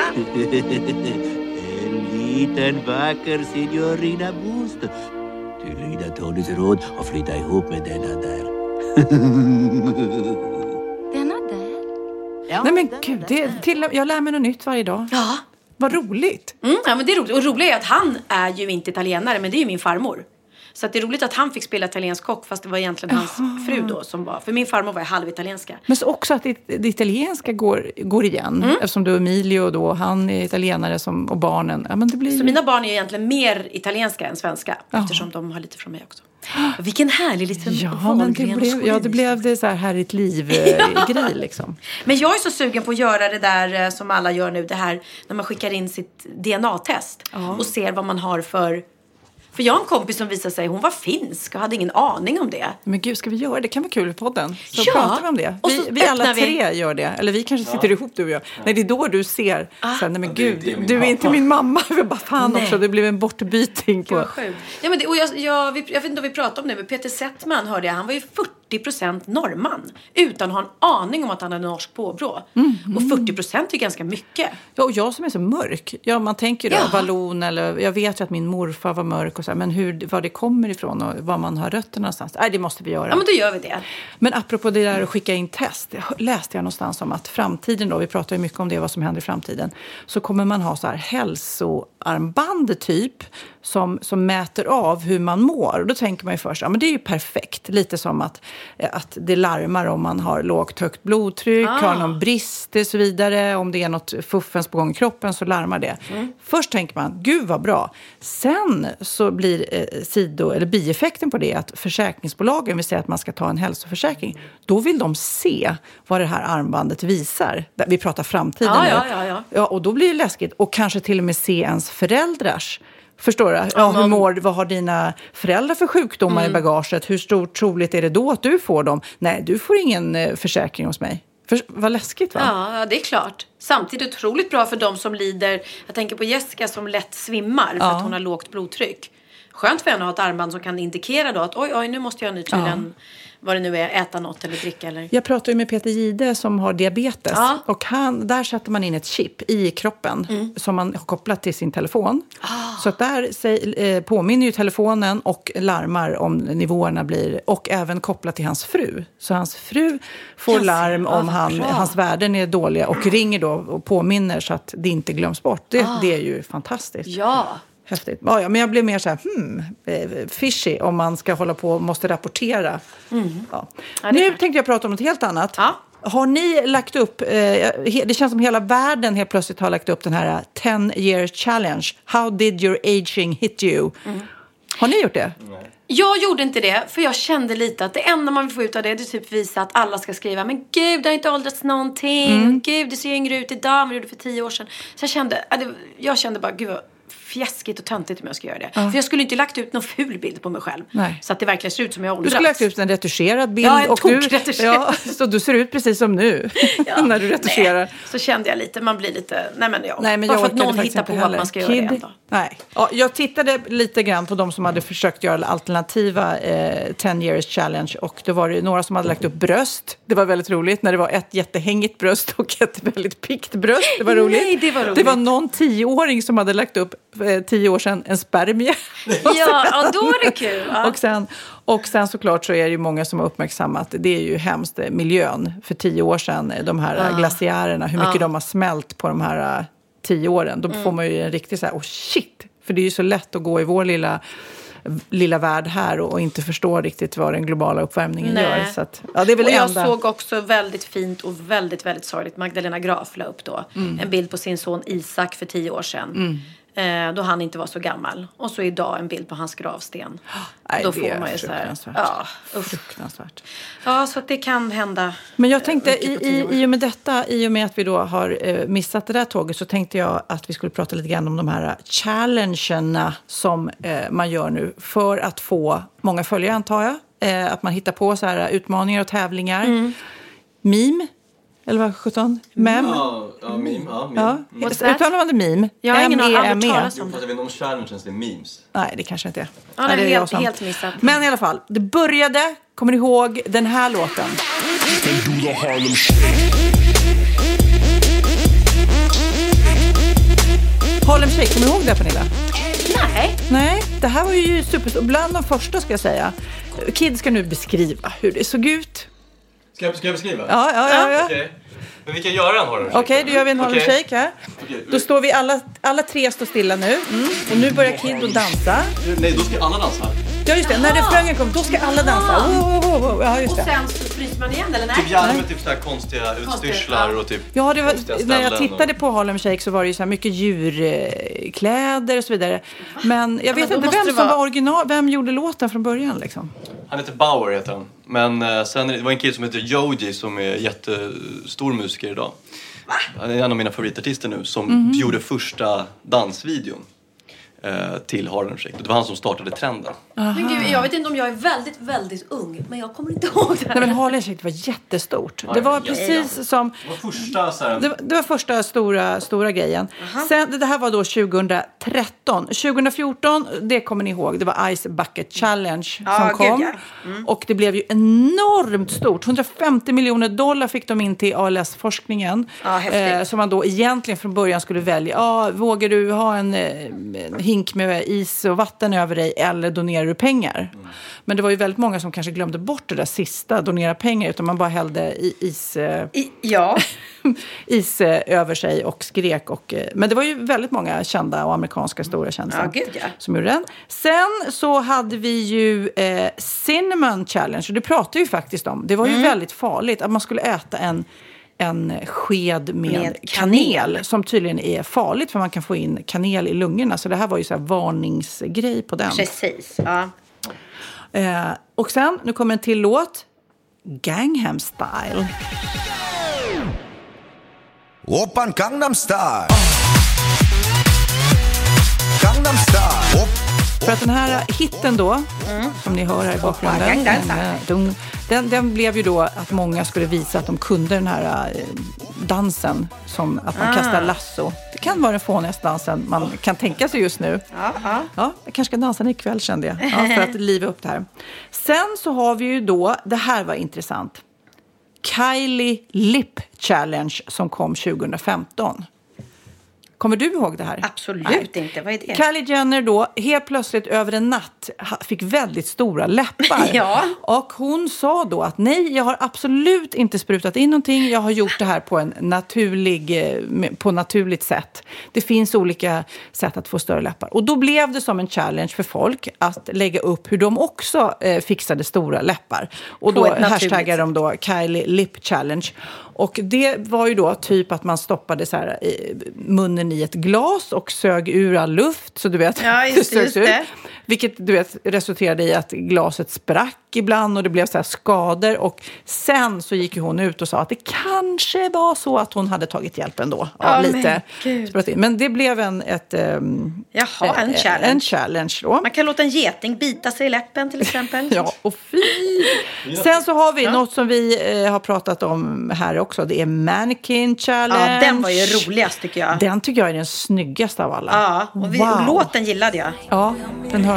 En liten vacker signorina Booster. Du lyder Tonys råd och flytta ihop med denna där. Denna där. Ja, Nej men gud, det, till, jag lär mig något nytt varje dag. Ja. Vad roligt. Mm, ja, men det är roligt. Och roligt är att han är ju inte italienare, men det är ju min farmor. Så att det är roligt att han fick spela italiensk kock, fast det var egentligen hans fru då som var. För min farmor var ju halvitalienska. Men så också att det, det italienska går, går igen. Mm. Eftersom du är Emilio då, han är italienare som, och barnen. Ja, men det blir... Så mina barn är egentligen mer italienska än svenska. Eftersom de har lite från mig också. Vilken härlig liten Ja, men det blev, ja, det blev det så här härligt liv-grej liksom. Men jag är så sugen på att göra det där eh, som alla gör nu. Det här när man skickar in sitt D N A-test. Och ser vad man har för... För jag har en kompis som visade sig, hon var finsk och hade ingen aning om det. Men gud, ska vi göra det? Det kan vara kul i podden. Så Ja. pratar vi om det. Och så Vi, vi alla öppnar vi- tre gör det. Eller vi kanske sitter ihop, du och jag. Nej, det är då du ser. Sen, nej men det är- gud, det är min du är mamma. inte min mamma. Jag bara, fan Nej. också, det blev en bortbyting på... Vad sjukt. Ja, men det, och jag, jag, vi, jag vet inte om vi pratade om det, men Peter Settman hörde jag, han var ju fyrtio procent norrman. Utan att ha en aning om att han hade norsk påbrå. Och fyrtio procent är ju ganska mycket. Ja, och jag som är så mörk. Ja, man tänker då, Ja. vallon eller... Jag vet ju att min morfar var mörk och så här, men hur, var det kommer ifrån och var man har rötterna någonstans. Nej, det måste vi göra. Ja, men då gör vi det. Men apropå det där att skicka in test, läste jag någonstans om att framtiden då, vi pratar ju mycket om det, vad som händer i framtiden, så kommer man ha så här hälsoarmband typ som, som mäter av hur man mår. Och då tänker man ju först, ja men det är ju perfekt. Lite som att, att det larmar om man har lågt högt blodtryck, Ah. har någon brist och så vidare. Om det är något fuffens på gång i kroppen så larmar det. Mm. Först tänker man, gud vad bra. Sen så blir eh, sido, eller bieffekten på det att försäkringsbolagen vill säga att man ska ta en hälsoförsäkring. Då vill de se vad det här armbandet visar. Vi pratar framtiden Ja, nu. ja, ja, ja. Ja, och då blir det läskigt. Och kanske till och med se ens föräldrars. Förstår du? Ja, hur mår, vad har dina föräldrar för sjukdomar Mm. i bagaget? Hur stort troligt är det då att du får dem? Nej, du får ingen eh, försäkring hos mig. För, vad läskigt va? Ja, ja, det är klart. Samtidigt otroligt bra för de som lider. Jag tänker på Jessica som lätt svimmar för Ja. att hon har lågt blodtryck. Skönt för henne att ha ett armband som kan indikera då att oj, oj, nu måste jag nu tydligen, vad det nu är, äta något eller dricka eller... Jag pratar ju med Peter Gide som har diabetes. Ja. Och han, där sätter man in ett chip i kroppen Mm. som man har kopplat till sin telefon. Ah. Så att där säg, eh, påminner ju telefonen och larmar om nivåerna blir. Och även kopplat till hans fru. Så hans fru får Jaså, larm ja, om vad han, bra. hans värden är dåliga. Och ringer då och påminner så att det inte glöms bort. Det, Ah. det är ju fantastiskt. Ja. Häftigt. Ja, ja, men jag blev mer så här, hmm, eh, fishy om man ska hålla på och måste rapportera. Ja. Mm. Ja, det är Nu klart. tänkte jag prata om något helt annat. Ja. Har ni lagt upp, eh, he- det känns som hela världen helt plötsligt har lagt upp den här ten year challenge. How did your aging hit you? Mm. Har ni gjort det? Jag gjorde inte det, för jag kände lite att det enda man vill få ut av det, det är typ visa att alla ska skriva, men gud, det har inte åldrats någonting. Mm. Gud, det ser yngre ut idag än vad det gjorde för tio år sedan. Så jag kände, ja, det, jag kände bara, gud vad fjäskigt och töntigt om jag ska göra det. För jag skulle inte lagt ut någon ful bild på mig själv. Nej. Så att det verkligen ser ut som jag Du åldrats. skulle lagt ut en retuscherad bild. Ja, en och du, tokretuscherad. ja, så du ser ut precis som nu Ja. när du retuscherar. Nej, så kände jag lite, man blir lite, nej men ja. Nej, men bara jag för att orkade någon faktiskt hittar inte på heller. att man ska göra det ändå. Nej. Ja, jag tittade lite grann på de som hade försökt göra alternativa eh, ten years challenge. Och då var det några som hade lagt upp bröst. Det var väldigt roligt när det var ett jättehängigt bröst och ett väldigt pikt bröst. Det var roligt. Nej, det var roligt. Det var någon tioåring som hade lagt upp eh, tio år sedan en spermie. Ja, ja, då är det kul. Ja. och, sen, och sen såklart så är det ju många som har uppmärksammat, det är ju hemskt, miljön. För tio år sedan, de här Ja. glaciärerna, hur mycket Ja. de har smält på de här tio åren. Då mm. får man ju en riktig så här, oh shit! För det är ju så lätt att gå i vår lilla... lilla värld här och inte förstå riktigt vad den globala uppvärmningen Nej. gör. Så att, ja, det är väl och jag enda... såg också väldigt fint och väldigt, väldigt sorgligt. Magdalena Graf la upp då mm. en bild på sin son Isak för tio år sedan. Mm. Eh, då han inte var så gammal. Och så idag en bild på hans gravsten. Nej, då det får är man ju så här, fruktansvärt. ja, fruktansvärt. Ja, så att det kan hända. Men jag tänkte, i, i, i och med detta, i och med att vi då har eh, missat det där tåget, så tänkte jag att vi skulle prata lite grann om de här challengerna som eh, man gör nu för att få många följare, antar jag. Eh, att man hittar på så här utmaningar och tävlingar. Mm. Meme. Eller vad sjutton? Mem? Ja, ja, meme. Ja, meme. Ja. Uttalar man det meme? Jag har ingen aning om det. Jag vet inte om challenges det är memes. Nej, det kanske inte är. Ja, det är, Nej, det är helt, helt missat. Men i alla fall, det började, kommer ni ihåg den här låten? Harlem Shake, kommer du ihåg det, Pernilla? Nej. Nej, det här var ju super, bland de första ska jag säga. Kid ska nu beskriva hur det såg ut. Ska jag, ska jag beskriva? Ja, ja, ja. ja. Okej. Men vi kan göra en Harlem Shake. Okej, då gör vi en Harlem Okej. Shake här. Okej. Då står vi alla, alla tre står stilla nu. Mm. Och nu börjar Kid att dansa. Nej, då ska alla dansa. Ja, just det. När refrängen kommer, då ska alla dansa. Wow, wow, wow. Ja, just Och det. sen så fryser man igen, eller nej? Typ gärna med typ så här konstiga utstyrslar och typ Ja, det var, konstiga när jag ställen tittade och... på Harlem Shake så var det ju så här mycket djurkläder och så vidare. Men jag vet men då inte måste vem det som vara- var original, vem gjorde låten från början liksom. Han heter Bauer heter han. Men eh, sen det var en kille som heter Joji som är jättestor musiker idag. Han är en av mina favoritartister nu som Mhm. gjorde första dansvideon eh, till Harlem Shake. Det var han som startade trenden. Men gud, jag vet inte om jag är väldigt, väldigt ung. Men jag kommer inte ihåg det här. Nej, men Harlem Shake var jättestort. Det var precis som... Det var första så här... Det var, det var första stora, stora grejen. Sen, det här var då tjugohundratretton. tjugohundrafjorton, det kommer ni ihåg, det var Ice Bucket Challenge Ja, som gud, kom. ja. Mm. Och det blev ju enormt stort. hundrafemtio miljoner dollar fick de in till A L S-forskningen. Ja, häftigt. som man då egentligen från början skulle välja. Ja, vågar du ha en, eh, en hink med is och vatten över dig eller donerar du pengar? Mm. Men det var ju väldigt många som kanske glömde bort det där sista, donera pengar, utan man bara hällde i, is... Eh, I, ja. is eh, över sig och skrek. Och, eh, men det var ju väldigt många kända och amerikanska stora kändisar Ja, gud, ja. som gjorde den. Sen så hade vi ju eh, Cinnamon Challenge, och det pratade ju faktiskt om. Det var ju Mm. väldigt farligt att man skulle äta en, en sked med, Med kanel, kanel. som tydligen är farligt för man kan få in kanel i lungorna. Så det här var ju så här varningsgrej på den. Precis, ja. Eh, och sen, nu kommer en till låt. Gangnam Style. Open Gangnam Style. Gangnam Style. Op. För att den här hitten då, mm. som ni hör här i bakgrunden, den, den, den blev ju då att många skulle visa att de kunde den här eh, dansen, som att man Ah. kastar lasso. Det kan vara den fånigaste dansen man kan tänka sig just nu. Ja, ja. Ja, jag kanske ska dansa den ikväll, kände jag, ja, för att liva upp det här. Sen så har vi ju då, det här var intressant, Kylie Lip Challenge som kom tjugohundrafemton. Kommer du ihåg det här? Absolut Nej. inte. Vad är det? Kylie Jenner då helt plötsligt över en natt ha- fick väldigt stora läppar. Ja. Och hon sa då att nej, jag har absolut inte sprutat in någonting. Jag har gjort det här på en naturlig, eh, med- på naturligt sätt. Det finns olika sätt att få större läppar. Och då blev det som en challenge för folk att lägga upp hur de också eh, fixade stora läppar. Och På då ett naturligt hashtaggar de då Kylie Lip Challenge. Och det var ju då typ att man stoppade så här, i munnen i ett glas och sög ur all luft. Så du vet, Ja, just det, sögs just ut. det. Vilket du vet resulterade i att glaset sprack ibland och det blev så här skador. Och sen så gick ju hon ut och sa att det kanske var så att hon hade tagit hjälp ändå. Av Ja, men lite. gud. Men det blev en, ett, um, Jaha, en eh, challenge. en challenge då. Man kan låta en geting bita sig i läppen till exempel. Ja, och fy. Sen så har vi något som vi eh, har pratat om här också. Det är Mannequin Challenge. Ja, den var ju roligast tycker jag. Den tycker jag är den snyggaste av alla. Ja, och, vi, Wow. och låten gillade jag. Ja, den hör ni här i bakgrunden.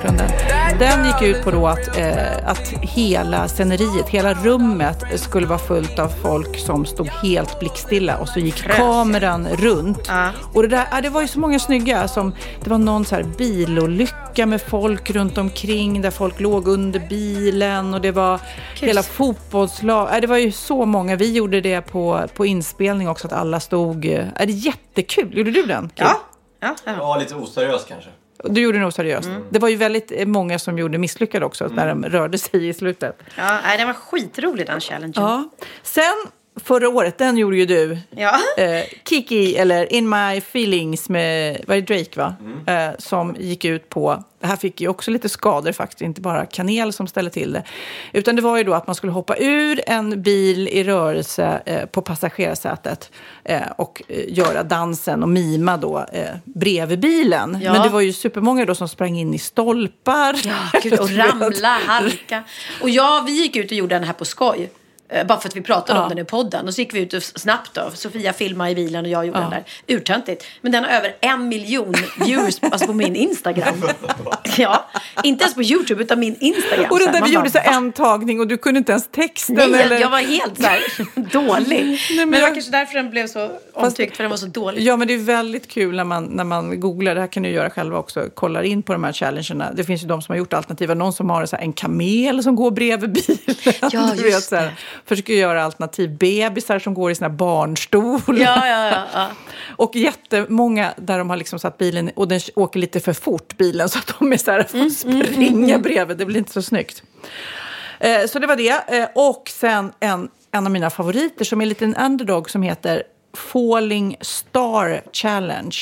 bakgrunden. Den gick ut på då att, eh, att hela sceneriet, hela rummet skulle vara fullt av folk som stod helt blickstilla och så gick Frös. kameran runt. Ja. Och det, där, ja, det var ju så många snygga som, det var någon så här bilolycka med folk runt omkring där folk låg under bilen och det var Kul. hela fotbollslag. Ja, det var ju så många. Vi gjorde det på, på inspelning också att alla stod. Är det jättekul? Gjorde du den? Kul? Ja. Ja, ja. ja, lite oseriös kanske. Du gjorde nog seriöst. Mm. Det var ju väldigt många som gjorde misslyckade också mm. när de rörde sig i slutet. Ja, nej, det var skitrolig den challengen. Ja. Sen förra året, den gjorde ju du. Ja. Eh, Kiki, eller In My Feelings med, var det Drake va? Mm. Eh, som gick ut på, det här fick ju också lite skador faktiskt, inte bara kanel som ställde till det. Utan det var ju då att man skulle hoppa ur en bil i rörelse eh, på passagerarsätet eh, och eh, göra dansen och mima då eh, bredvid bilen. Ja. Men det var ju supermånga då som sprang in i stolpar. Ja, gud, och ramla, halka. Och ja, vi gick ut och gjorde den här på skoj. Bara för att vi pratade ja. om den i podden. Och så gick vi ut snabbt då. Sofia filmade i bilen och jag gjorde ja. den där. Urtöntigt. Men den har över en miljon viewers alltså på min Instagram. Ja, inte ens på YouTube utan min Instagram. Och den där vi bara, gjorde så en tagning och du kunde inte ens texten. Nej, eller? jag var helt så här dålig. Nej, men, men det var kanske därför den blev så omtyckt. För den var så dålig. Ja, men det är väldigt kul när man, när man googlar. Det här kan du göra själva också. Kollar in på de här challengerna. Det finns ju de som har gjort alternativa. Någon som har så här en kamel som går bredvid bilen. Ja, du vet, så här. Försöker göra alternativ bebisar som går i sina barnstolar. Ja, ja, ja, ja. Och jättemånga där de har liksom satt bilen och den åker lite för fort bilen så att de är så här får springa mm, mm, bredvid. Det blir inte så snyggt. Eh, så det var det. Eh, och sen en, en av mina favoriter som är en liten underdog som heter Falling Star Challenge.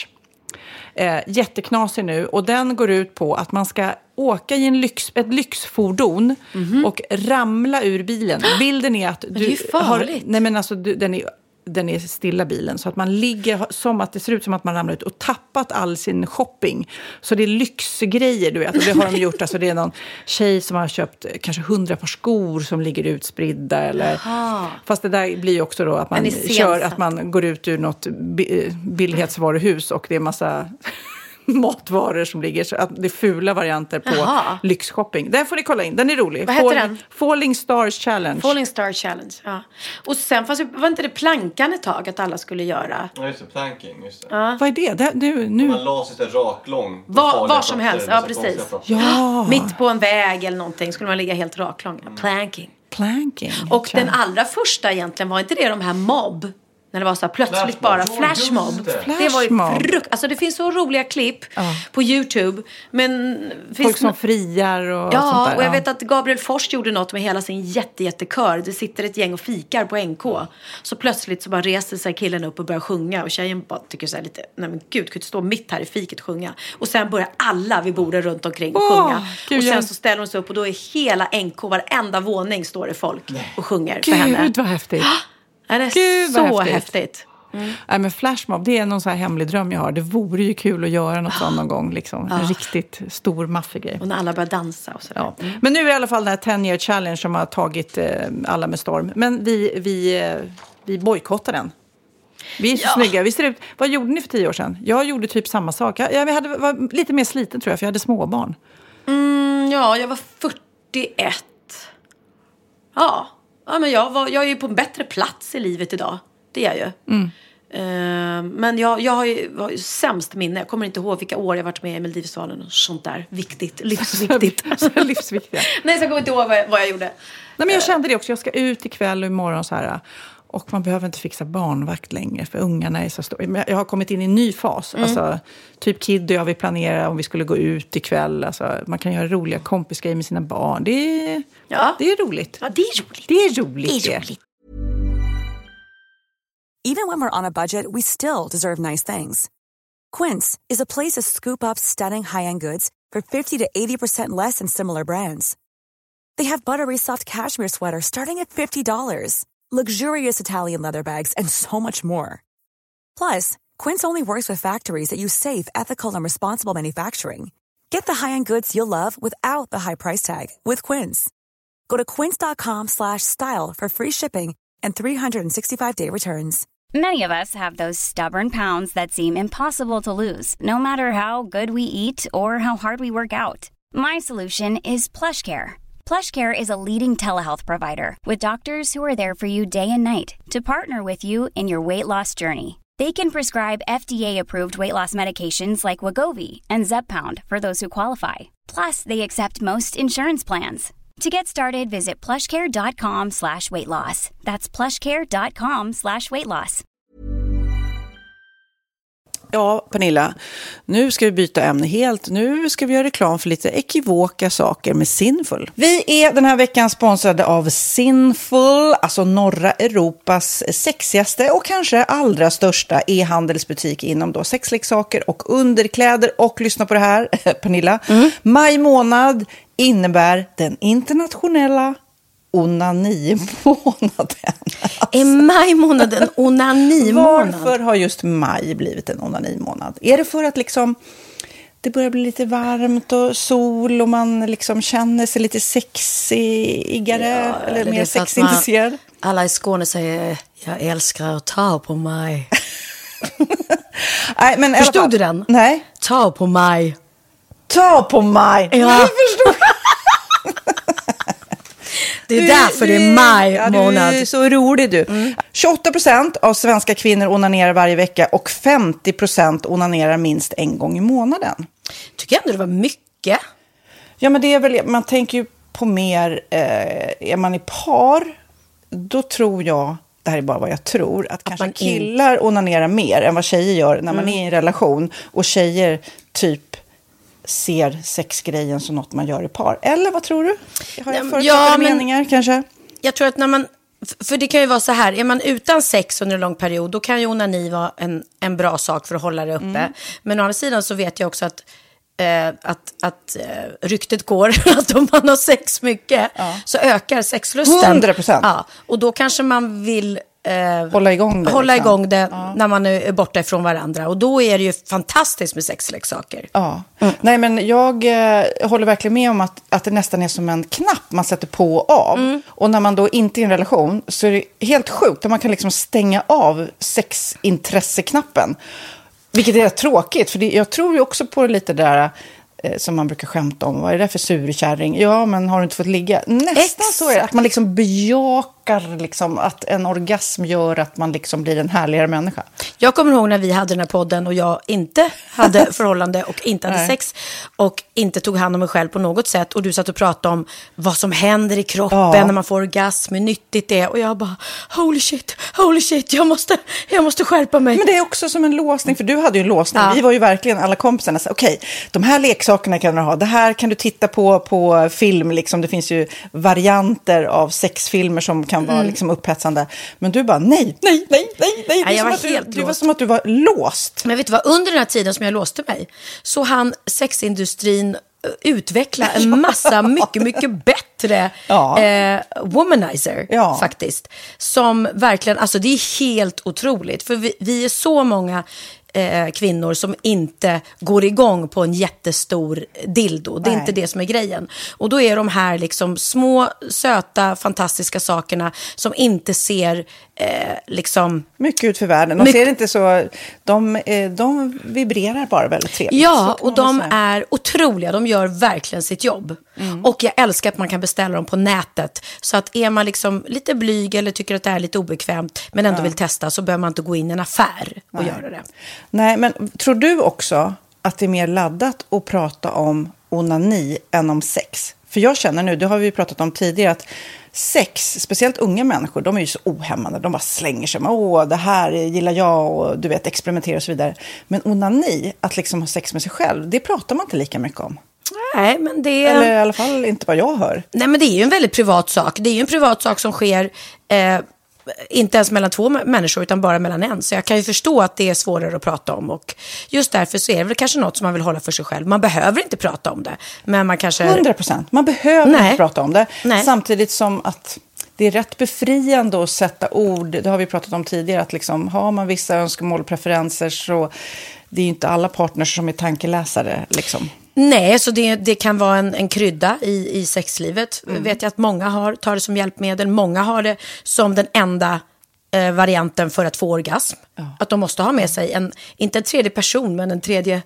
Eh, jätteknasig nu och den går ut på att man ska åka i en lyx, ett lyxfordon mm-hmm. och ramla ur bilen. Bilden är att du det är ju farligt. Har, nej men alltså du, den är den är stilla bilen så att man ligger som att det ser ut som att man ramlar ut och tappat all sin shopping. Så det är lyxgrejer du vet och det har de gjort alltså det är någon tjej som har köpt kanske hundra par skor som ligger utspridda eller Aha. fast det där blir ju också då att man kör att man går ut ur något billighetsvaruhus och det är massa matvaror som ligger så att det är fula varianter på Aha. lyxshopping. Den får ni kolla in. Den är rolig. Vad heter Fall, den? Falling Stars Challenge. Falling Star Challenge. Ja. Och sen fast var inte det plankan ett tag att alla skulle göra? Ja, just det, planking, just det. Ja. Vad är det? det nu nu man la sig så raklång. Var, var som helst. Ja, precis. Ja. Mitt på en väg eller någonting skulle man ligga helt raklång. Mm. Planking. Planking. Och challenge. Den allra första egentligen var inte det de här mobb när det var så här plötsligt flashmob. bara flashmob. Det. Flashmob. det var ju frukt. Alltså det finns så roliga klipp ja. på YouTube. Men folk finns som friar och ja, sånt där. och jag vet att Gabriel Fors gjorde något med hela sin jätte, jättekör. Det sitter ett gäng och fikar på N K. Så plötsligt så bara reser sig killen upp och börjar sjunga. Och tjejen bara tycker så här lite, nej men gud, kan du stå mitt här i fiket och sjunga? Och sen börjar alla vid bordet runt omkring och oh, sjunga. Gud, och sen jag... så ställer hon sig upp och då är hela N K, varenda våning står det folk nej. och sjunger gud, för henne. Gud vad häftigt. Ja, det är gud, så häftigt. häftigt. Mm. Nej, men flashmob, det är någon så här hemlig dröm jag har. Det vore ju kul att göra något sånt någon gång. Liksom. En riktigt stor maffig grej. Och när alla börjar dansa och sådär. Ja. Mm. Men nu är det i alla fall den här ten year challenge som har tagit eh, alla med storm. Men vi, vi, eh, vi bojkottar den. Vi är så ja. snygga. Vi ser ut, vad gjorde ni för tio år sedan? Jag gjorde typ samma sak. Jag, jag hade, var lite mer sliten tror jag, för jag hade småbarn. Mm, ja, jag var fyrtioett. Ja, ja men jag, var, jag är ju på en bättre plats i livet idag. Det är jag ju. Mm. Uh, men jag, jag har ju, har ju sämst minne. Jag kommer inte ihåg vilka år jag varit med i Melodifestivalen och sånt där. Viktigt, livsviktigt. Livsviktigt. Nej, så jag kommer inte ihåg vad, vad jag gjorde. Nej, men jag kände det också. Jag ska ut ikväll och imorgon så här. Och man behöver inte fixa barnvakt längre för ungarna är så stora. Jag har kommit in i en ny fas. Mm. Alltså, typ Kid och jag vill planera om vi skulle gå ut ikväll. Alltså, man kan göra roliga kompisgrejer med sina barn. Det är, ja. det är roligt. Ja, det är roligt. Det är roligt. Det är roligt. Even when we're on a budget, we still deserve nice things. Quince is a place to scoop up stunning high-end goods for fifty to eighty percent less than similar brands. They have buttery soft cashmere sweaters starting at fifty dollars, luxurious Italian leather bags, and so much more. Plus, Quince only works with factories that use safe, ethical, and responsible manufacturing. Get the high-end goods you'll love without the high price tag with Quince. Go to quince.com slash style for free shipping and three sixty-five day returns. Many of us have those stubborn pounds that seem impossible to lose, no matter how good we eat or how hard we work out. My solution is PlushCare. PlushCare is a leading telehealth provider with doctors who are there for you day and night to partner with you in your weight loss journey. They can prescribe F D A-approved weight loss medications like Wegovy and Zepbound for those who qualify. Plus, they accept most insurance plans. To get started, visit plushcare.com slash weight loss. That's plushcare.com slash weight loss. Ja, Pernilla, nu ska vi byta ämne helt. Nu ska vi göra reklam för lite ekivoka saker med Sinful. Vi är den här veckan sponsrade av Sinful, alltså norra Europas sexigaste och kanske allra största e-handelsbutik inom då sexleksaker och underkläder. Och lyssna på det här, Pernilla. Mm. Maj månad innebär den internationella onani-månaden. Alltså. Är maj månaden onani-månad? Varför har just maj blivit en onani-månad? Är det för att liksom det börjar bli lite varmt och sol och man liksom känner sig lite sexigare ja, eller, eller mer sexintresserad? Alla i Skåne säger jag älskar att ta på mig. Nej, men förstod fall, du den? Nej. Ta på mig. Ta på mig. Ja. Jag förstod. Det är du, därför du, det är maj ja, månad. Du är så rolig du. Mm. tjugoåtta procent av svenska kvinnor onanerar varje vecka och femtio procent onanerar minst en gång i månaden. Tycker jag ändå det var mycket. Ja, men det är väl, man tänker ju på mer, eh, är man i par, då tror jag, det här är bara vad jag tror, att, att kanske killar in... onanerar mer än vad tjejer gör när man mm. är i en relation. Och tjejer typ ser sexgrejen som något man gör i par. Eller vad tror du? Har jag förutsatta ja, meningar kanske? Jag tror att när man, för det kan ju vara så här, är man utan sex under en lång period, då kan ju onani vara en, en bra sak för att hålla det uppe. Mm. Men å andra sidan så vet jag också att eh, att, att eh, ryktet går att om man har sex mycket ja. så ökar sexlusten. hundra procent. Ja, och då kanske man vill Eh, hålla igång det, hålla liksom. igång det ja. när man är borta ifrån varandra. Och då är det ju fantastiskt med sexleksaker. Ja. Mm. Nej, men jag eh, håller verkligen med om att, att det nästan är som en knapp man sätter på och av. Mm. Och när man då inte är i en relation så är det helt sjukt att man kan liksom stänga av sexintresseknappen. Vilket är rätt tråkigt, för det, jag tror ju också på lite där eh, som man brukar skämta om. Vad är det för surkärring? Ja, men har du inte fått ligga? Nästan Exakt. Så är det, att man liksom bejakar liksom att en orgasm gör att man liksom blir en härligare människa. Jag kommer ihåg när vi hade den här podden och jag inte hade förhållande och inte hade sex och inte tog hand om mig själv på något sätt, och du satt och pratade om vad som händer i kroppen ja. när man får orgasm, hur nyttigt det är, och jag bara holy shit, holy shit, jag måste, jag måste skärpa mig. Men det är också som en låsning, för du hade ju en låsning. Ja. Vi var ju verkligen alla kompisarna så okej, okay, de här leksakerna kan du ha, det här kan du titta på på film liksom. Det finns ju varianter av sexfilmer som kan vara mm. liksom upphetsande. Men du bara, nej, nej, nej, nej, nej. Ja, jag var helt du, det var som att du var låst. Men vet du vad, under den här tiden som jag låste mig så han sexindustrin utveckla en massa mycket, mycket bättre ja. eh, womanizer ja. faktiskt. Som verkligen, alltså det är helt otroligt. För vi, vi är så många eh, kvinnor som inte går igång på en jättestor dildo. Det är Nej. inte det som är grejen. Och då är de här liksom små, söta, fantastiska sakerna som inte ser eh, liksom... mycket ut för världen. De mycket... ser inte så... De, eh, de vibrerar bara väldigt trevligt. Ja, och de är otroliga. De gör verkligen sitt jobb. Mm. Och jag älskar att man kan beställa dem på nätet. Så att är man liksom lite blyg eller tycker att det är lite obekvämt men ändå ja. vill testa, så behöver man inte gå in i en affär och Nej. göra det. Nej, men tror du också att det är mer laddat att prata om onani än om sex? För jag känner nu, det har vi pratat om tidigare, att sex, speciellt unga människor, de är ju så ohämmande. De bara slänger sig med, åh, det här gillar jag, och du vet, experimentera och så vidare. Men onani, att liksom ha sex med sig själv, det pratar man inte lika mycket om. Nej, men det... Eller i alla fall inte vad jag hör. Nej, men det är ju en väldigt privat sak. Det är ju en privat sak som sker... Eh... inte ens mellan två människor utan bara mellan en. Så jag kan ju förstå att det är svårare att prata om, och just därför så är det väl kanske något som man vill hålla för sig själv. Man behöver inte prata om det, men man kanske... hundra procent. Man behöver Nej. inte prata om det. Nej. Samtidigt som att det är rätt befriande att sätta ord, det har vi pratat om tidigare, att liksom har man vissa önskemål och preferenser, så det är ju inte alla partners som är tankeläsare liksom. Nej, så det, det kan vara en, en krydda i, i sexlivet. Mm. Vet jag att många har, tar det som hjälpmedel. Många har det som den enda eh, varianten för att få orgasm. Ja. Att de måste ha med sig, en, inte en tredje person, men en tredje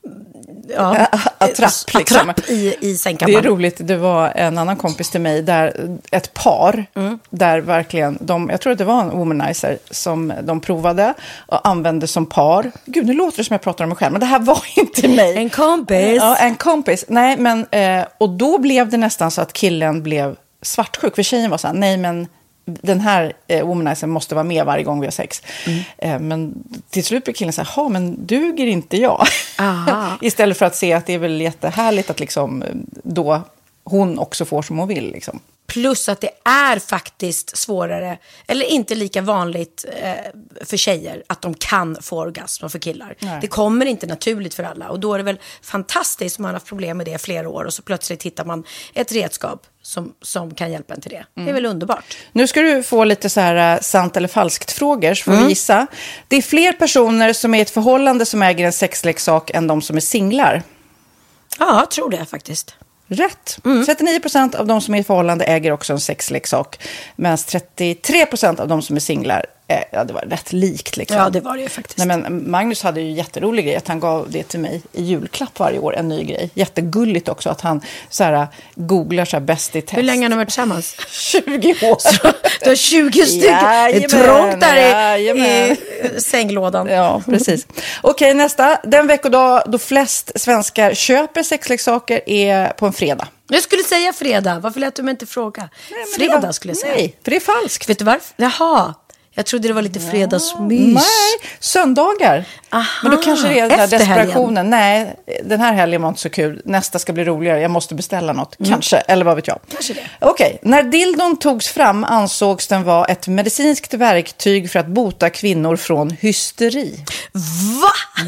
ja, attrapp, liksom. attrapp i, i sängkammaren. Det är roligt, det var en annan kompis till mig, där ett par, mm. där verkligen, de, jag tror att det var en womanizer som de provade och använde som par. Gud, nu låter det som jag pratar om mig själv, men det här var inte mig. En kompis. Ja, en kompis. Nej, men, eh, och då blev det nästan så att killen blev svartsjuk, för tjejen var så här, nej men den här eh, womanizern måste vara med varje gång vi har sex. Mm. Eh, men till slut blir killen så här, ja men duger inte jag? Istället för att se att det är väl jättehärligt att liksom då hon också får som hon vill liksom. Plus att det är faktiskt svårare, eller inte lika vanligt eh, för tjejer att de kan få orgasm för killar. Nej. Det kommer inte naturligt för alla. Och då är det väl fantastiskt om man har haft problem med det i flera år. Och så plötsligt hittar man ett redskap som, som kan hjälpa en till det. Mm. Det är väl underbart. Nu ska du få lite så här sant eller falskt frågor, så får mm. vi gissa. Det är fler personer som är i ett förhållande som äger en sexleksak än de som är singlar. Ja, jag tror det faktiskt. Rätt. Mm. trettionio procent av de som är i förhållande äger också en sexleksak. Medan trettiotre procent av de som är singlar, äh, ja det var rätt likt liksom. Ja, det var det ju faktiskt. Nej, men Magnus hade ju jätterolig grej att han gav det till mig i julklapp varje år, en ny grej. Jättegulligt också att han så här, googlar så här bäst i test. Hur länge har ni varit tillsammans? tjugo år. Så, du har tjugo stycken. Det är trångt där i, i sänglådan. Ja, precis. Okej, nästa. Den veckodag då flest svenskar köper sexleksaker är på en fredag. Jag skulle säga fredag. Varför lät du mig inte fråga? Nej, fredag var, skulle jag säga. Nej, för det är falskt. Vet du varför? Jaha. Jag trodde det var lite fredagsmys. Nej, söndagar. Aha, men då kanske det är den där desperationen. Helgen. Nej, den här helgen var inte så kul. Nästa ska bli roligare. Jag måste beställa något. Mm. Kanske, eller vad vet jag. Kanske det. Okej, när dildon togs fram ansågs den vara ett medicinskt verktyg för att bota kvinnor från hysteri. Va?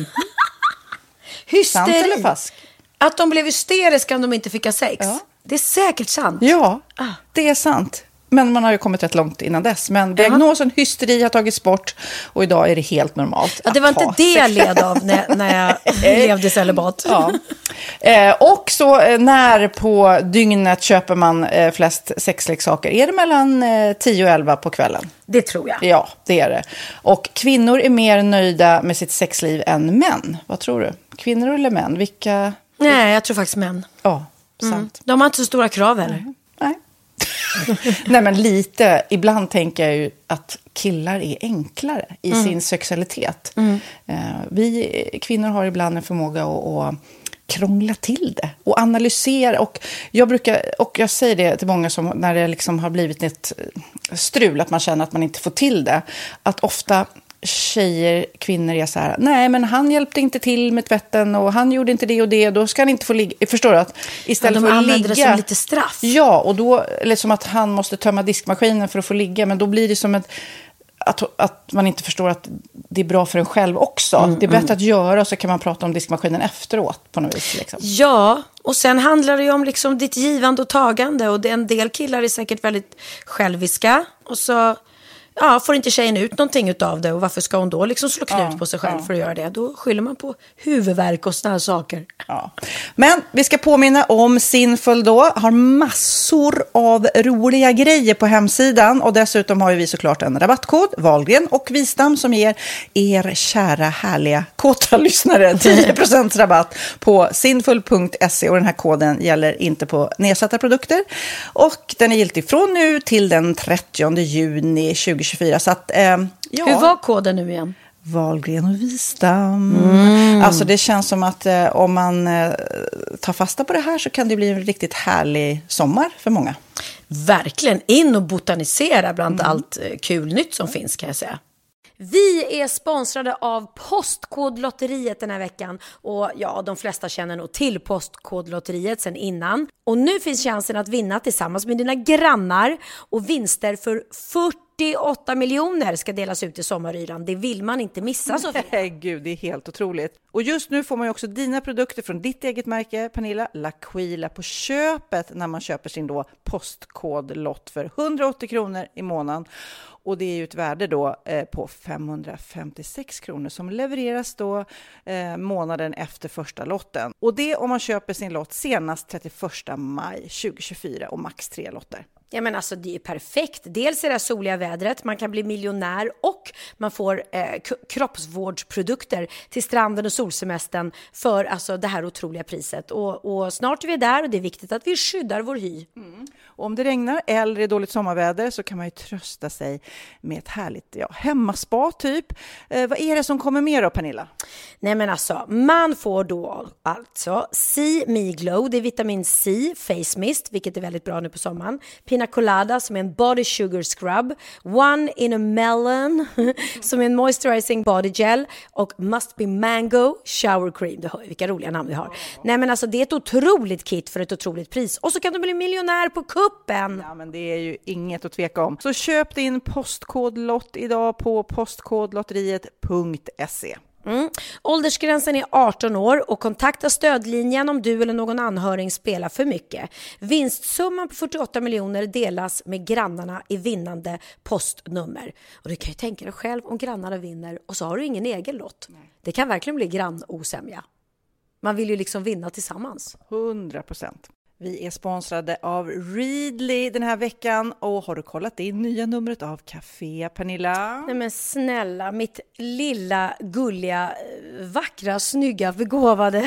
Hysteri? Sant eller falskt? Att de blev hysteriska om de inte fick ha sex. Ja. Det är säkert sant. Ja, ah. det är sant. Men man har ju kommit rätt långt innan dess. Men diagnosen hysteri har tagits bort. Och idag är det helt normalt. Ja, det var inte det jag led av när, när jag levde i celibat. Ja. Eh, och så eh, när på dygnet köper man eh, flest sexleksaker? Är det mellan eh, tio och elva på kvällen? Det tror jag. Ja, det är det. Och kvinnor är mer nöjda med sitt sexliv än män. Vad tror du? Kvinnor eller män? Vilka? Nej, jag tror faktiskt män. Ja, sant. Mm. De har inte så stora krav eller? Nej. Nej. Nej, men lite. Ibland tänker jag ju att killar är enklare i mm. sin sexualitet. Mm. Uh, vi kvinnor har ibland en förmåga att, att krångla till det och analysera. Och jag brukar, och jag säger det till många som när det liksom har blivit ett strul, att man känner att man inte får till det. Att ofta tjejer, kvinnor är så här, nej men han hjälpte inte till med tvätten och han gjorde inte det och det, då ska han inte få ligga. Förstår du? Att istället ja, de för att ligga, det som lite straff. Ja, och då eller som att han måste tömma diskmaskinen för att få ligga, men då blir det som ett att, att man inte förstår att det är bra för en själv också. Mm, det är bättre mm. att göra, och så kan man prata om diskmaskinen efteråt på något vis. Liksom. Ja, och sen handlar det ju om liksom ditt givande och tagande, och en del killar är säkert väldigt själviska, och så ja, får inte tjejen ut någonting utav det, och varför ska hon då liksom slå knut ja, på sig själv ja. för att göra det? Då skyller man på huvudvärk och såna saker. Ja. Men vi ska påminna om Sinful då, har massor av roliga grejer på hemsidan, och dessutom har ju vi såklart en rabattkod, Wahlgren och Wistam, som ger er kära härliga kåta lyssnare tio procent rabatt på sinful punkt se, och den här koden gäller inte på nedsatta produkter, och den är giltig från nu till den trettionde juni tjugohundratjugofyra. Så att, eh, ja. Hur var koden nu igen? Wahlgren och Wistam. Mm. Alltså det känns som att eh, om man eh, tar fasta på det här så kan det bli en riktigt härlig sommar för många. Verkligen, in och botanisera bland mm. allt eh, kul nytt som finns, kan jag säga. Vi är sponsrade av Postkodlotteriet den här veckan, och ja, de flesta känner nog till Postkodlotteriet sedan innan. Och nu finns chansen att vinna tillsammans med dina grannar, och vinster för fyrtioåtta miljoner ska delas ut i sommaryran. Det vill man inte missa, Sofia. Nej, gud, det är helt otroligt. Och just nu får man ju också dina produkter från ditt eget märke, Pernilla, L'Aquila, på köpet när man köper sin då postkodlott för hundraåttio kronor i månaden. Och det är ju ett värde då eh, på femhundrafemtiosex kronor som levereras då eh, månaden efter första lotten. Och det om man köper sin lott senast trettioförsta maj tjugohundratjugofyra och max tre lotter. Ja, men alltså det är perfekt. Dels är det soliga vädret, man kan bli miljonär och man får eh, k- kroppsvårdsprodukter till stranden och solsemestern för alltså det här otroliga priset. Och, och snart är vi där och det är viktigt att vi skyddar vår hy. Mm. Och om det regnar eller är dåligt sommarväder så kan man ju trösta sig med ett härligt ja, hemmaspa typ. Eh, vad är det som kommer mer då, Pernilla? Nej men alltså, man får då alltså See Me Glow, det är vitamin C, face mist, vilket är väldigt bra nu på sommaren. Pina Colada som är en body sugar scrub. One in a melon som är en moisturizing body gel. Och Must Be Mango shower cream. Det hör ju vilka roliga namn vi har. Nej men alltså det är ett otroligt kit för ett otroligt pris. Och så kan du bli miljonär på kuppen. Ja men det är ju inget att tveka om. Så köp din postkodlott idag på postkodlotteriet punkt se. Mm. Åldersgränsen är arton år och kontakta stödlinjen om du eller någon anhörig spelar för mycket. Vinstsumman på fyrtioåtta miljoner delas med grannarna i vinnande postnummer. Och du kan ju tänka dig själv om grannarna vinner och så har du ingen egen lott. Nej. Det kan verkligen bli grannosämja. Man vill ju liksom vinna tillsammans. hundra procent. Vi är sponsrade av Readly den här veckan och har du kollat det nya numret av Café, Pernilla? Nej men snälla, mitt lilla, gulliga, vackra, snygga, begåvade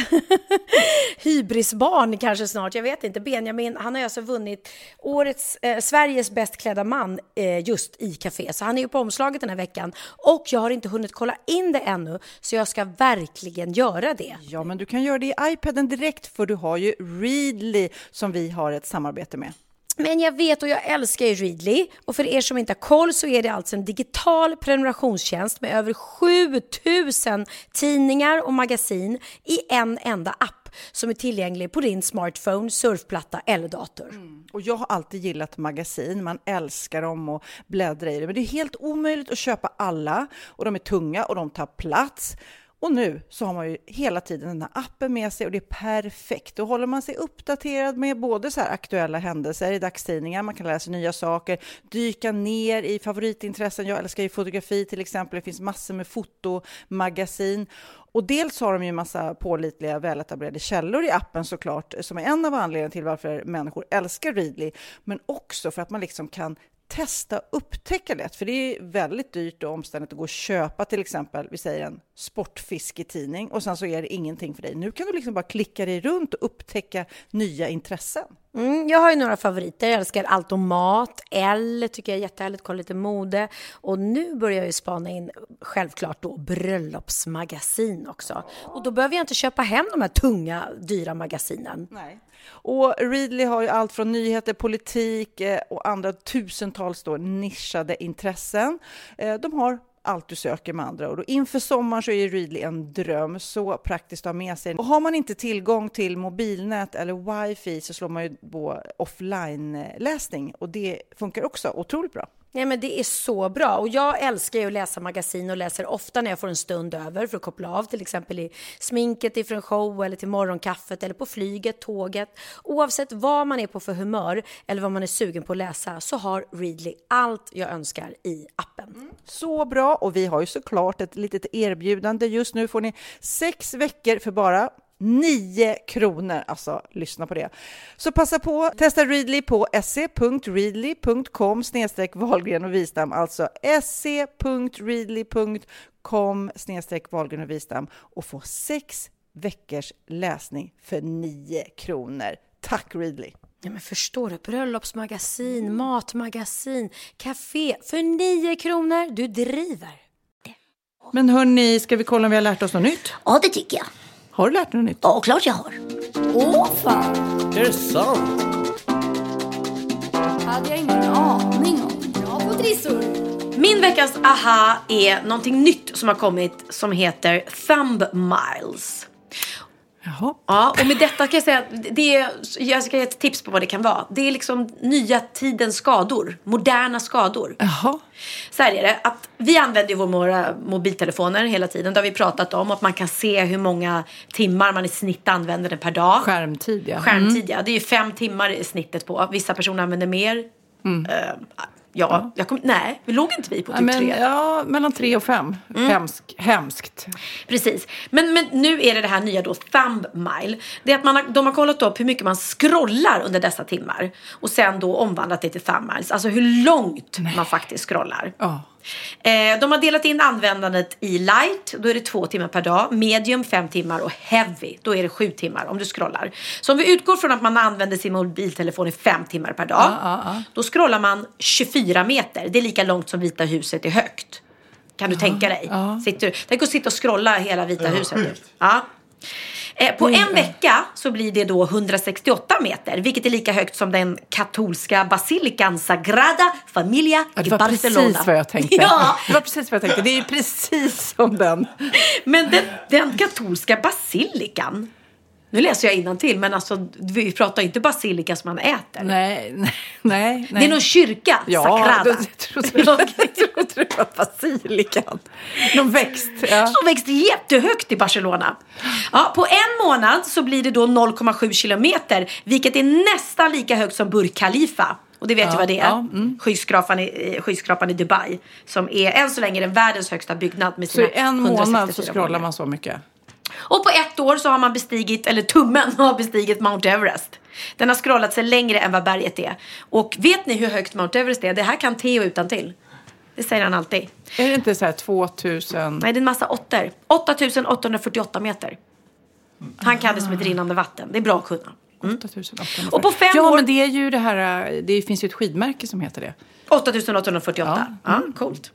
hybrisbarn kanske snart, jag vet inte. Benjamin, han har alltså vunnit årets, eh, Sveriges bäst klädda man eh, just i Café. Så han är ju på omslaget den här veckan och jag har inte hunnit kolla in det ännu så jag ska verkligen göra det. Ja men du kan göra det i iPaden direkt för du har ju Readly som vi har ett samarbete med. Men jag vet och jag älskar ju Readly och för er som inte har koll så är det alltså en digital prenumerationstjänst med över sjutusen tidningar och magasin i en enda app som är tillgänglig på din smartphone, surfplatta eller dator. Mm. Och jag har alltid gillat magasin, man älskar dem och bläddra i det men det är helt omöjligt att köpa alla och de är tunga och de tar plats. Och nu så har man ju hela tiden den här appen med sig och det är perfekt. Då håller man sig uppdaterad med både så här aktuella händelser i dagstidningar. Man kan lära sig nya saker, dyka ner i favoritintressen. Jag älskar ju fotografi till exempel. Det finns massor med fotomagasin. Och dels har de ju en massa pålitliga, väletablerade källor i appen såklart. Som är en av anledningarna till varför människor älskar Readly. Men också för att man liksom kan testa upptäcka lätt, för det är väldigt dyrt och omständigt att gå och köpa till exempel, vi säger en sportfisketidning och sen så är det ingenting för dig. Nu kan du liksom bara klicka dig runt och upptäcka nya intressen. Mm, jag har ju några favoriter. Jag älskar allt om mat. L tycker jag är jättehärligt. Kolla lite mode. Och nu börjar jag ju spana in självklart då bröllopsmagasin också. Och då behöver jag inte köpa hem de här tunga, dyra magasinen. Nej. Och Readly har ju allt från nyheter, politik och andra tusentals då nischade intressen. De har allt du söker med andra ord. Och inför sommaren så är Readly en dröm, så praktiskt att ha med sig. Och har man inte tillgång till mobilnät eller wifi så slår man ju på offline-läsning och det funkar också otroligt bra. Ja, men det är så bra och jag älskar ju att läsa magasin och läser ofta när jag får en stund över för att koppla av, till exempel i sminket ifrån show eller till morgonkaffet eller på flyget, tåget. Oavsett vad man är på för humör eller vad man är sugen på att läsa så har Readly allt jag önskar i appen. Mm. Så bra, och vi har ju såklart ett litet erbjudande. Just nu får ni sex veckor för bara nio kronor, alltså lyssna på det. Så passa på, testa Readly på se punkt readly punkt com snedstreck Wahlgren och Wistam, alltså se punkt readly punkt com snedstreck Wahlgren och Wistam och få sex veckors läsning för nio kronor. Tack Readly! Ja, men förstår du, bröllopsmagasin, matmagasin, café för nio kronor, du driver. Men hörni, ska vi kolla om vi har lärt oss något nytt? Ja, det tycker jag. Har du lärt dig något nytt? Ja, klart jag har. Åh, fan. Är det sant? Hade jag ingen aning om. Bra på trissor. Min veckans aha är någonting nytt som har kommit som heter Thumb Miles. Jaha. Ja, och med detta kan jag säga att det är, jag ska ge ett tips på vad det kan vara. Det är liksom nya tidens skador, moderna skador. Jaha. Så här är det, att vi använder ju våra mobiltelefoner hela tiden. Det har vi pratat om, att man kan se hur många timmar man i snitt använder den per dag. Skärmtid, ja. Skärmtid, ja. Det är ju fem timmar i snittet på. Vissa personer använder mer. Mm. Uh, Ja, Ja. Jag kom, nej, vi låg inte vi på typ Ja, men, tre. ja, mellan tre och fem. Mm. Hemsk, hemskt. Precis. Men, men nu är det det här nya då, thumb mile. Det är att man har, de har kollat upp hur mycket man scrollar under dessa timmar. Och sen då omvandlat det till thumb miles. Alltså hur långt nej. man faktiskt scrollar. Ja. Eh, de har delat in användandet i light, då är det två timmar per dag. Medium fem timmar och heavy, då är det sju timmar om du scrollar. Så om vi utgår från att man använder sin mobiltelefon i fem timmar per dag. Ja, ja, ja. Då scrollar man tjugofyra meter. Det är lika långt som Vita huset är högt. Kan du ja, tänka dig? Ja. Sitter, tänk att sitta och scrolla hela Vita ja, huset. Ja. Eh, på en vecka så blir det då hundrasextioåtta meter, vilket är lika högt som den katolska basilikan Sagrada Familia ja, i Barcelona. Det var precis vad jag tänkte. Ja. Det var precis vad jag tänkte. Det är ju precis som den. Men den, den katolska basilikan, nu läser jag innantill, men alltså vi pratar inte basilika som man äter. Nej, nej, nej. Det är någon kyrka, ja, Sagrada. Jag trodde det var basilikan. Någon växt. Ja. Som växte jättehögt i Barcelona. Ja, på en månad så blir det då noll komma sju kilometer, vilket är nästan lika högt som Burj Khalifa. Och det vet ja, du vad det är. Ja, mm. skyskrapan, i, skyskrapan i Dubai. Som är än så länge den världens högsta byggnad. Med så i en månad så scrollar månader. man så mycket? Och på ett år så har man bestigit, eller tummen har bestigit Mount Everest. Den har scrollat sig längre än vad berget är. Och vet ni hur högt Mount Everest är? Det här kan Theo utan till. Det säger han alltid. Är det inte så här tvåtusen? Nej, det är en massa åttor. åttatusen åttahundrafyrtioåtta meter. Han kan det som ett rinnande vatten. Det är bra att kunna. Mm. åttatusen åttahundrafyrtioåtta. Och på fem ja, år... men det är ju det här... Det finns ju ett skidmärke som heter det. åttatusen åttahundrafyrtioåtta. Ja, mm. ja coolt.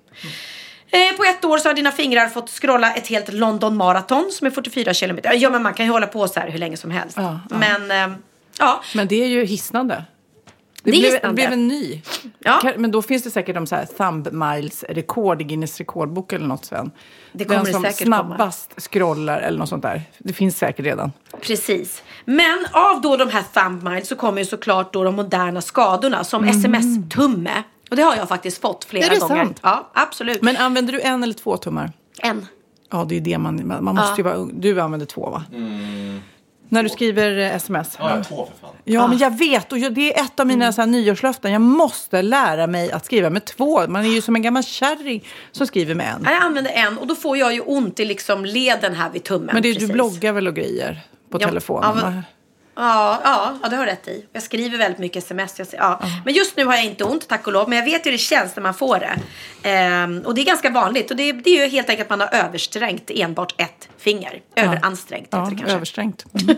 Eh, på ett år så har dina fingrar fått scrolla ett helt London Marathon som är fyrtiofyra kilometer. Ja, men man kan ju hålla på så här hur länge som helst. Ja, ja. Men, eh, ja. Men det är ju hisnande. Det, det, blev, hisnande. det blev en ny. Ja. Men då finns det säkert de så här thumb miles rekord i Guinness rekordbok eller något, Sven. Det kommer Den som det säkert snabbast komma. Scrollar eller något sånt där. Det finns säkert redan. Precis. Men av då de här thumb miles så kommer ju såklart då de moderna skadorna som mm. sms-tumme. Och det har jag faktiskt fått flera är det gånger. Sant? Ja, absolut. Men använder du en eller två tummar? En. Ja, det är det man... Man måste ja. ju vara ung. Du använder två, va? Mm. När du skriver sms. Ja, ja, två för fan. Ja, ah. men jag vet. Och det är ett av mina mm. så här, nyårslöften. Jag måste lära mig att skriva med två. Man är ju som en gammal kärring som skriver med en. Ja, jag använder en och då får jag ju ont i liksom leden här vid tummen. Men det, precis. du bloggar väl och grejer på ja, telefonen? Ja, men, ja, ja, ja, det har rätt i. Jag skriver väldigt mycket sms. Jag, ja. Ja. Men just nu har jag inte ont, tack och lov. Men jag vet hur det känns när man får det. Ehm, och det är ganska vanligt. Och det, det är ju helt enkelt att man har översträngt enbart ett finger. Överansträngt. Ja, heter det kanske. översträngt. Mm.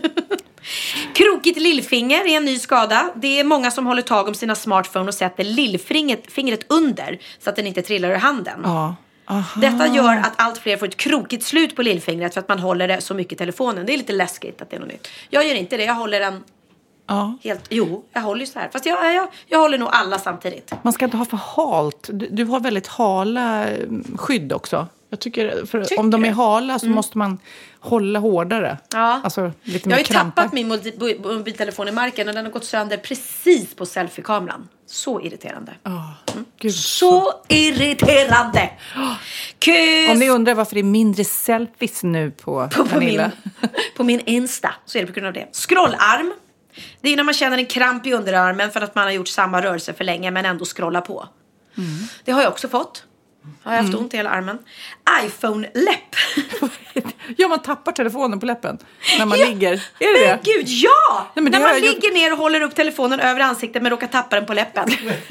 Krokigt lillfinger är en ny skada. Det är många som håller tag om sina smartphone och sätter lillfingret fingret under så att den inte trillar ur handen. Ja. Aha. Detta gör att allt fler får ett krokigt slut på lillfingret för att man håller det så mycket i telefonen. Det är lite läskigt att det är något nytt. Jag gör inte det, jag håller den ja. helt, jo, jag håller ju så här. Fast jag, jag, jag håller nog alla samtidigt. Man ska inte ha för halt. Du, du har väldigt hala skydd också. Jag tycker, för tycker om de är hala så mm. måste man hålla hårdare. Ja. Alltså, lite jag har ju krampar. tappat min mobiltelefon i marken och den har gått sönder precis på selfie-kameran. Så irriterande. Oh, mm. Gud, så, så irriterande. Kus. Om ni undrar varför det är mindre selfies nu på, på, på, min, på min Insta så är det på grund av det. Scrollarm. Det är när man känner en kramp i underarmen för att man har gjort samma rörelse för länge men ändå scrollar på. Mm. Det har jag också fått. Har jag haft mm. ont i hela armen. iPhone-läpp. Ja, man tappar telefonen på läppen när man ja, ligger. Är det men det? gud, ja! Nej, men när man jag... ligger ner och håller upp telefonen över ansiktet men råkar tappa den på läppen.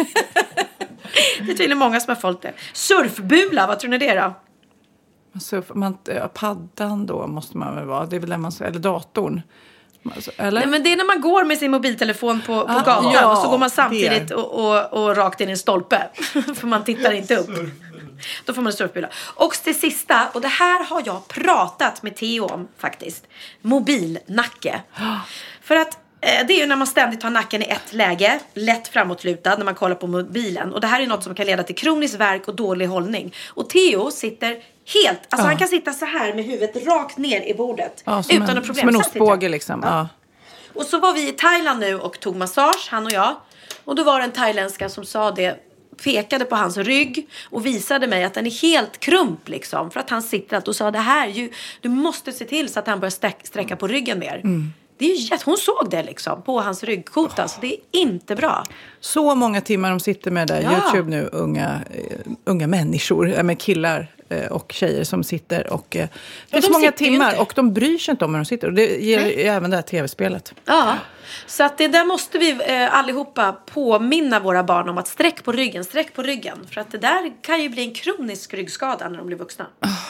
Det är tydligen många som har fått det. Surfbula, vad tror ni det då? Surf, man, paddan då måste man väl vara. Det är väl där man, eller datorn. Eller? Nej, men det är när man går med sin mobiltelefon på, på ah, gatan ja, och så går man samtidigt och, och, och rakt in i en stolpe. För man tittar inte upp. Då får man en surfbula. Och det sista, och det här har jag pratat med Theo om faktiskt. Mobilnacke. För att eh, det är ju när man ständigt har nacken i ett läge, lätt framåtlutad när man kollar på mobilen. Och det här är något som kan leda till kronisk värk och dålig hållning. Och Theo sitter helt, alltså ja. han kan sitta så här med huvudet rakt ner i bordet. Ja, utan en, problem. Som en ostbåge liksom. Ja. Ja. Och så var vi i Thailand nu och tog massage, han och jag. Och då var det en thailändska som sa det, pekade på hans rygg och visade mig att den är helt krump liksom. För att han sitter och sa det här, ju, du måste se till så att han börjar sträck, sträcka på ryggen mer. Mm. Det är ju, hon såg det liksom på hans ryggkota, så det är inte bra. Så många timmar de sitter med där Ja. YouTube nu, unga, uh, unga människor, med killar uh, och tjejer som sitter. Och, uh, det Ja, är så de många sitter ju timmar inte. och de bryr sig inte om hur de sitter. Och det ger ju även det här tv-spelet. Ja, så att det där måste vi eh, allihopa påminna våra barn om att sträck på ryggen, sträck på ryggen. För att det där kan ju bli en kronisk ryggskada när de blir vuxna.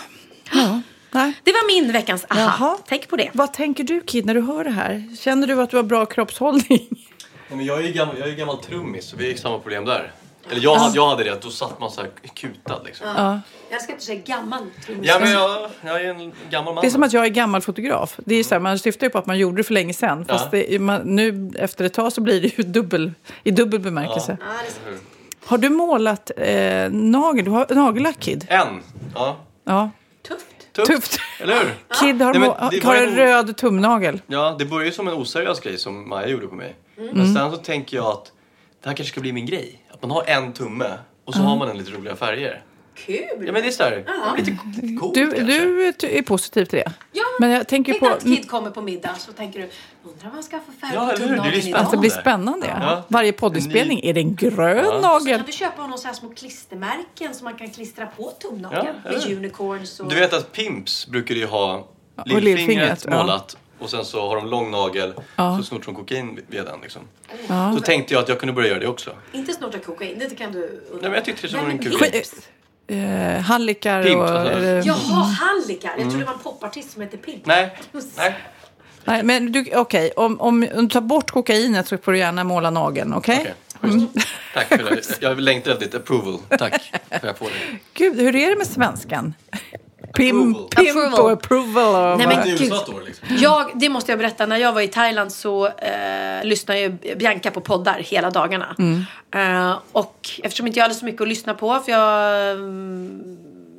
Ja. Nej. Det var min veckans aha. Jaha. Tänk på det. Vad tänker du, Kid, när du hör det här? Känner du att du har bra kroppshållning? Nej, men jag är ju gammal, jag är ju gammal trummis, så vi har samma problem där. Eller jag, hade, jag hade det, att då satt man så här kutad liksom. Ja. Jag ska inte säga gammal. Ja, men jag, jag är en gammal man. Det är som att jag är gammal fotograf. Det är så här, man syftar ju på att man gjorde det för länge sedan. Fast Ja. det, man, nu efter ett tag så blir det ju dubbel, i dubbel bemärkelse. Ja. Har du målat eh, nagel? Du har nagellack, Kid? En, ja. Ja. Tufft. Tufft. Tufft. Eller hur? Kid har, Nej, men må- det har var en ju- röd tumnagel. Ja, det började ju som en oseriös grej som Maja gjorde på mig. Mm. Men sen så tänker jag att det här kanske ska bli min grej. Att man har en tumme och så Ja. har man en lite roliga färger. Kul. Ja, men det är så här, lite coolt Du, kanske. du är positiv till det. Ja, Men jag tänker tänk på... att Kid kommer på middag så tänker du, undrar vad han ska få färg Ja, på eller hur? Det blir tumnageln spännande. Att det idag. blir spännande, ja. Ja. Varje poddinspelning är det en grön Ja. Så nagel. kan du köpa honom så här små klistermärken som man kan klistra på tumnageln. Ja, eller med hur? unicorns och... Du vet att Pimps brukar ju ha och lillfingret lillfingret, ja. målat. Och sen så har de lång nagel, Ja. så snort som kokain via den liksom. Ja. Så tänkte jag att jag kunde börja göra det också. Inte snorta kokain, det kan du undra. Nej, men jag tyckte det var en kul Pimps. grej. Eh, hallickar Pimp, och... alltså. eh, Jaha, hallickar. Jag trodde det var en popartist som heter Pimp. Nej, nej. Nej, men du, okej. Om, om du tar bort kokainet så får du gärna måla nageln, okej? Okej, tack för det. Jag längtar efter ditt approval. Tack för jag får det. Gud, hur är det med svenskan? Pimp, Approval. pimp Approval. och approval. Och Nej, men Det är gud. U S A står det liksom. Jag, det måste jag berätta, när jag var i Thailand så eh, lyssnade jag Bianca på poddar hela dagarna. Mm. Eh, och eftersom inte jag hade så mycket att lyssna på, för jag mm,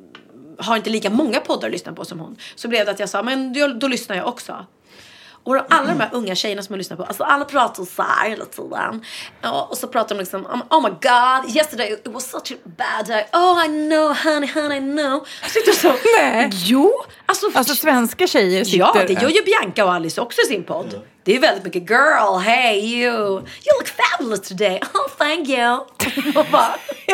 har inte lika många poddar att lyssna på som hon, så blev det att jag sa, men då, då lyssnar jag också. Och alla de här unga tjejerna som jag lyssnar på, alltså alla pratar så här hela tiden. Ja, och så pratar de liksom, oh my god, yesterday it was such a bad day. Oh I know, honey, honey, I know. Sitter så. Nej. Jo, alltså, Alltså svenska tjejer sitter... ja, det gör ju Bianca och Alice också i sin podd. Det är väldigt mycket girl, hey you, you look fabulous today. Oh thank you. Och bara,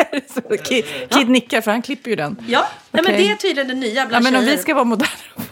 Kid, Kid nickar, för han klipper ju den. ja, nej, men Okej. det är tydligen det nya Ja, bland men om tjejer. vi ska vara moderna...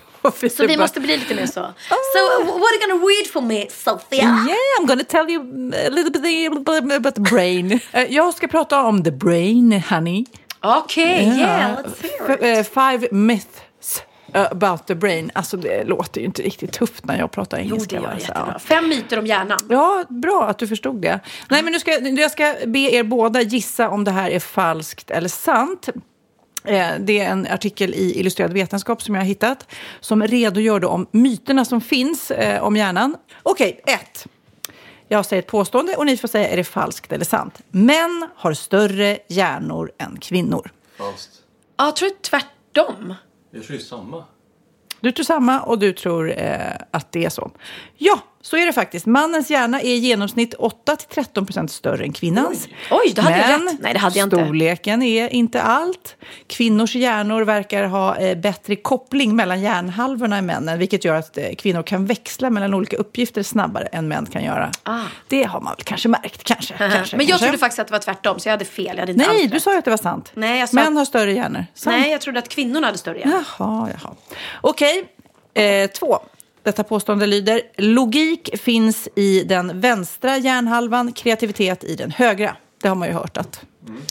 Så vi måste bli lite mer så. So what are you gonna read for me, Sophia? Yeah, I'm gonna tell you a little bit about the brain. Eh, Jag ska prata om the brain, honey. Okej, okay, yeah, let's hear it. F- eh, Five myths about the brain. Alltså det låter ju inte riktigt tufft när jag pratar Jo, engelska. det gör va? det Så, jättebra. ja. Fem myter om hjärnan. Ja, bra att du förstod det. Nej, men nu ska, jag ska be er båda gissa om det här är falskt eller sant. Eh, Det är en artikel i Illustrerad vetenskap som jag har hittat, som redogör då om myterna som finns eh, om hjärnan. Okej, ett. Jag säger ett påstående och ni får säga är det falskt eller sant. Män har större hjärnor än kvinnor. Falskt. Ja, jag tror tvärtom. Jag tror det är samma. Du tror samma och du tror eh, att det är så. Ja, så är det faktiskt. Mannens hjärna är i genomsnitt åtta till tretton procent större än kvinnans. Oj, då hade jag Men rätt. Nej, det hade jag inte. storleken är inte allt. Kvinnors hjärnor verkar ha eh, bättre koppling mellan hjärnhalvorna i männen, vilket gör att eh, kvinnor kan växla mellan olika uppgifter snabbare än män kan göra. Ah. Det har man väl kanske märkt, kanske. kanske Men jag kanske. trodde faktiskt att det var tvärtom, så jag hade fel. Jag hade inte Nej, alls du rätt. sa ju att det var sant. Nej, jag sa Män att- har större hjärnor. Sant. Nej, jag trodde att kvinnorna hade större hjärna. Jaha, jaha. Okej, eh, två. Detta påstående lyder: logik finns i den vänstra hjärnhalvan, kreativitet i den högra. Det har man ju hört att.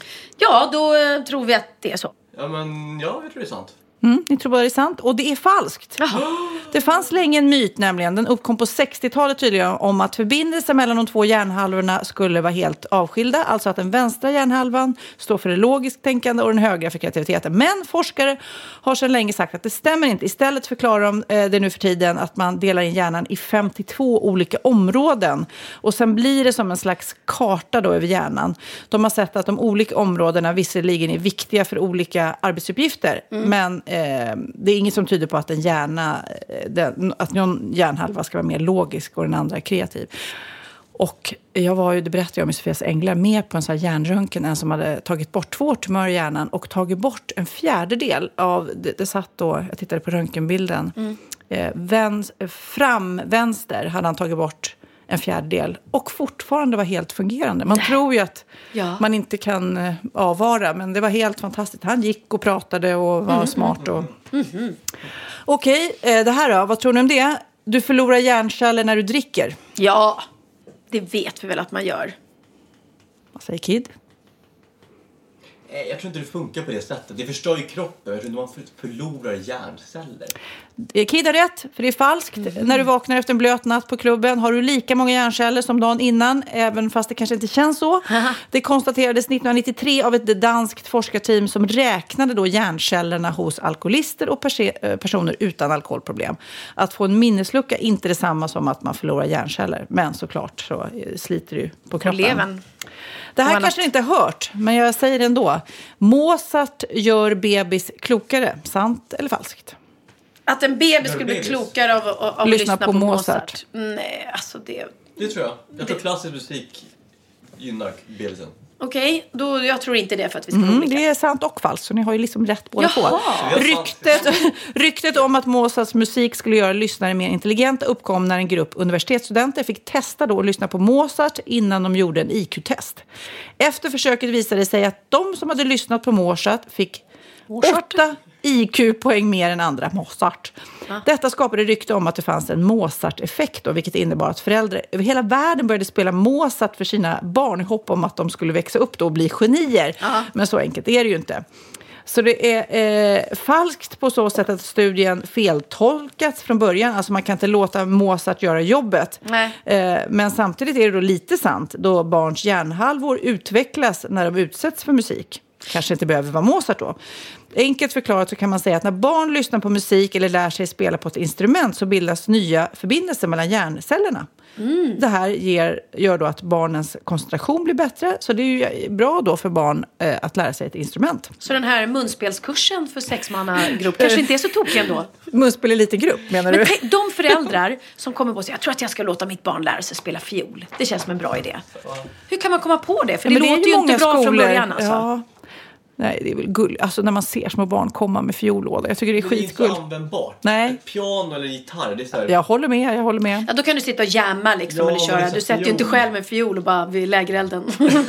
Ja, då eh, tror vi att det är så. Ja, men ja, jag tror det är sant. Mm, ni tror bara det är sant. Och det är falskt. Jaha. Det fanns länge en myt, nämligen. Den uppkom på sextiotalet tydligen, om att förbindelsen mellan de två hjärnhalvorna skulle vara helt avskilda. Alltså att den vänstra hjärnhalvan står för det logiskt tänkande och den högra för kreativiteten. Men forskare har sedan länge sagt att det stämmer inte. Istället förklarar de eh, det nu för tiden att man delar in hjärnan i femtiotvå olika områden. Och sen blir det som en slags karta då över hjärnan. De har sett att de olika områdena visserligen är viktiga för olika arbetsuppgifter. Mm. Men eh, det är inget som tyder på att en hjärna, den, att någon hjärnhalva ska vara mer logisk och den andra är kreativ. Och jag var ju, det berättade jag om i Sofias Änglar, med på en sån här hjärnröntgen, en som hade tagit bort två tumörer i hjärnan och tagit bort en fjärdedel av, det, det satt då, jag tittade på röntgenbilden, mm. Eh, väns, fram vänster hade han tagit bort en fjärdedel och fortfarande var helt fungerande. Man tror ju att ja. man inte kan eh, avvara, men det var helt fantastiskt. Han gick och pratade och var mm. smart. Och... Mm. Okej, eh, det här då, vad tror ni om det? Du förlorar hjärnceller när du dricker. Ja, det vet vi väl att man gör. Vad säger Kid? Jag tror inte det funkar på det sättet. Det förstör ju kroppen. Jag tror inte man förlorar hjärnceller. Kid har rätt, för det är falskt. Mm. När du vaknar efter en blöt natt på klubben har du lika många hjärnceller som dagen innan, även fast det kanske inte känns så. Aha. Det konstaterades nittonhundranittiotre av ett danskt forskarteam som räknade då hjärncellerna hos alkoholister och perse- personer utan alkoholproblem. Att få en minneslucka är inte detsamma som att man förlorar hjärnceller. Men såklart så sliter det ju på kroppen. Leven. Det här kanske ni inte har hört, men jag säger det ändå. Mozart gör bebis klokare. Sant eller falskt? Att en bebis skulle bli klokare av, av, av att lyssna på, på Mozart. Mozart. Nej, alltså det... Det tror jag. Jag tror klassisk musik gynnar bebisen. Okej, okay, då jag tror inte det för att vi ska mm, olika. Det är sant och falskt, så ni har ju liksom rätt båda på. Ryktet, ryktet om att Mozarts musik skulle göra lyssnare mer intelligenta uppkom när en grupp universitetsstudenter fick testa då att lyssna på Mozart innan de gjorde en I Q-test. Efter försöket visade det sig att de som hade lyssnat på Mozart fick Mozart. åtta I Q-poäng mer än andra Mozart. Ah. Detta skapade rykte om att det fanns en Mozart-effekt då, vilket innebar att föräldrar över hela världen började spela Mozart för sina barn i hopp om att de skulle växa upp då och bli genier. Ah. Men så enkelt är det ju inte. Så det är eh, falskt på så sätt att studien feltolkats från början. Alltså man kan inte låta Mozart göra jobbet. Nej. Eh, men samtidigt är det då lite sant då barns hjärnhalvor utvecklas när de utsätts för musik. Kanske inte behöver vara Mozart då. Enkelt förklarat så kan man säga att när barn lyssnar på musik eller lär sig spela på ett instrument så bildas nya förbindelser mellan hjärncellerna. Mm. Det här ger, gör då att barnens koncentration blir bättre, så det är ju bra då för barn eh, att lära sig ett instrument. Så den här munspelskursen för sexmannagrupp kanske inte är så tokig ändå? Munspel är lite grupp, menar Men du? Te- de föräldrar som kommer på sig, jag tror att jag ska låta mitt barn lära sig spela fiol. Det känns som en bra idé. Hur kan man komma på det? För det, ja, det låter ju, ju inte bra skolor. Från början alltså. Ja. Nej, det är väl gull. Alltså när man ser små barn komma med fiollådor. Jag tycker det är skitgull. Det är inte användbart. Nej. Ett piano eller gitarr, det är så här... Jag håller med, jag håller med. Ja, då kan du sitta och jamma liksom ja, eller köra. Du sätter ju inte själv med fiol och bara vid lägerelden.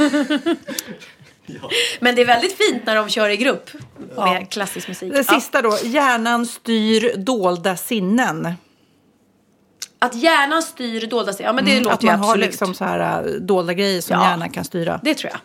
Ja. Men det är väldigt fint när de kör i grupp med ja. klassisk musik. Det sista då, hjärnan styr dolda sinnen. Att hjärnan styr dolda sinnen, ja men det mm, låter ju absolut. Att man har liksom så här dolda grejer som ja. hjärnan kan styra. Det tror jag.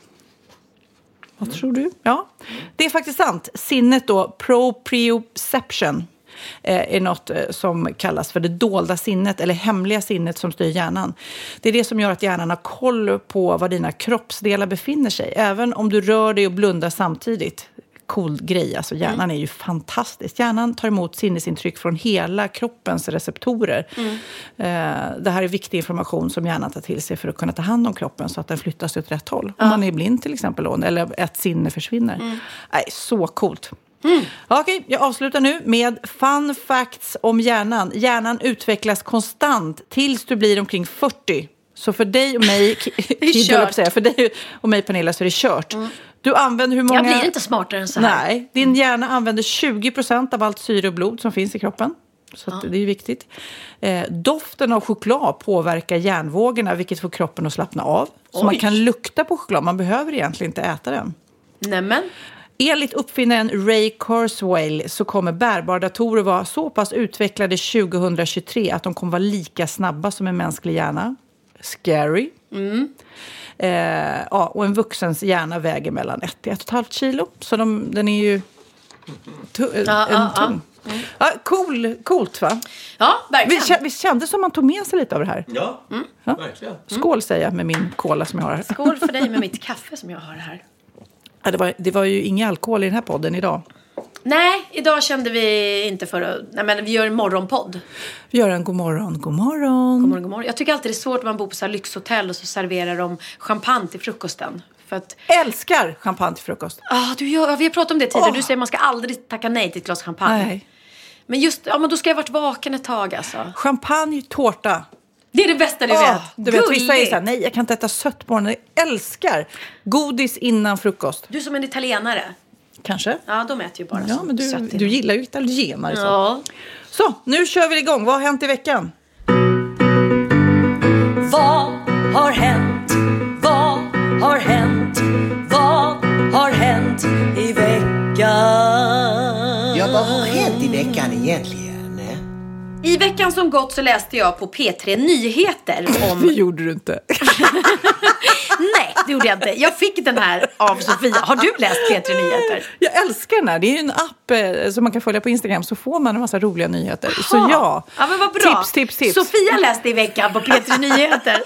Vad tror du? Ja, det är faktiskt sant. Sinnet då, proprioception, är något som kallas för det dolda sinnet eller hemliga sinnet som styr hjärnan. Det är det som gör att hjärnan har koll på var dina kroppsdelar befinner sig. Även om du rör dig och blundar samtidigt. Cool grej, alltså hjärnan mm. är ju fantastisk. Hjärnan tar emot sinnesintryck från hela kroppens receptorer. Mm. Eh, det här är viktig information som hjärnan tar till sig för att kunna ta hand om kroppen så att den flyttas åt rätt håll. Ja. Om man är blind till exempel, eller ett sinne försvinner. Mm. Nej, så coolt. Mm. Okej, jag avslutar nu med fun facts om hjärnan. Hjärnan utvecklas konstant tills du blir omkring fyrtio. Så för dig och mig, säga, för dig och mig Pernilla, så är det kört. Mm. Du använder hur många... Jag blir inte smartare än så här. Nej, din hjärna använder tjugo procent av allt syre och blod som finns i kroppen. Så ja. det är viktigt. Eh, doften av choklad påverkar hjärnvågorna, vilket får kroppen att slappna av. Så Oj. man kan lukta på choklad, man behöver egentligen inte äta den. Nämen. Enligt uppfinnaren Ray Kurzweil så kommer bärbara datorer vara så pass utvecklade tjugohundratjugotre att de kommer vara lika snabba som en mänsklig hjärna. Scary. Mm. Eh, ja, och en vuxens hjärna väger mellan ett till ett och ett halvt kilo. Så de, den är ju tu- ja, en ja, tung. Ja. Mm. Ja, cool, coolt va? Ja, verkligen. Vi, vi kände som man tog med sig lite av det här. Ja, mm. ja? verkligen. Mm. Skål säger jag med min cola som jag har här. Skål för dig med mitt kaffe som jag har här. Ja, det, var, det var ju ingen alkohol i den här podden idag. Nej, idag kände vi inte för att... Nej, men vi gör en morgonpodd. Vi gör en god morgon, god morgon. God morgon, god morgon. Jag tycker alltid det är svårt när man bor på så här lyxhotell och så serverar de champagne till frukosten. För att... Älskar champagne till frukost. Ah, du gör, vi har pratat om det tidigare. Oh. Du säger att man ska aldrig tacka nej till ett glas champagne. Nej. Men just, ja men då ska jag ha varit vaken ett tag alltså. Champagne, tårta. Det är det bästa du oh, vet. Du vet, vissa säger så här, nej jag kan inte äta sött på morgonen. Jag älskar godis innan frukost. Du är som en italienare. Kanske. Ja, de äter ju bara ja, så men du, du gillar ju italienare. Ja. Så, nu kör vi igång. Vad har hänt i veckan? Vad har hänt? Vad har hänt? Vad har hänt i veckan? Ja, vad har hänt i veckan egentligen? I veckan som gått så läste jag på P tre Nyheter om... Det gjorde du inte. Nej, det gjorde jag inte. Jag fick den här av Sofia. Har du läst P tre Nyheter? Jag älskar den här. Det är ju en app eh, som man kan följa på Instagram. Så får man en massa roliga nyheter. Aha. Så ja, ja men vad bra. Tips, tips, tips. Sofia läste i veckan på P tre Nyheter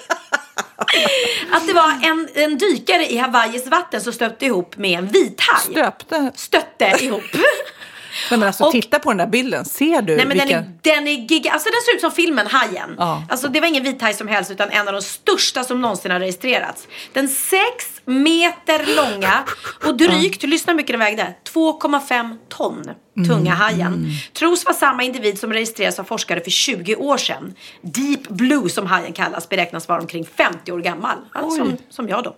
att det var en, en dykare i Hawaiis vatten som stötte ihop med en vithaj. Stöpte? Stötte ihop. Nej, men alltså och, titta på den där bilden. Ser du? Nej, men vilka... den är, den är giga... Alltså den ser ut som filmen Hajen. Ja. Alltså det var ingen vithaj som helst utan en av de största som någonsin har registrerats. Den sex meter långa och drygt, mm. lyssna hur mycket den vägde. två komma fem ton tunga hajen. Mm. Tros vara samma individ som registrerades av forskare för tjugo år sedan. Deep Blue som hajen kallas beräknas vara omkring femtio år gammal. Alltså, som, som jag då.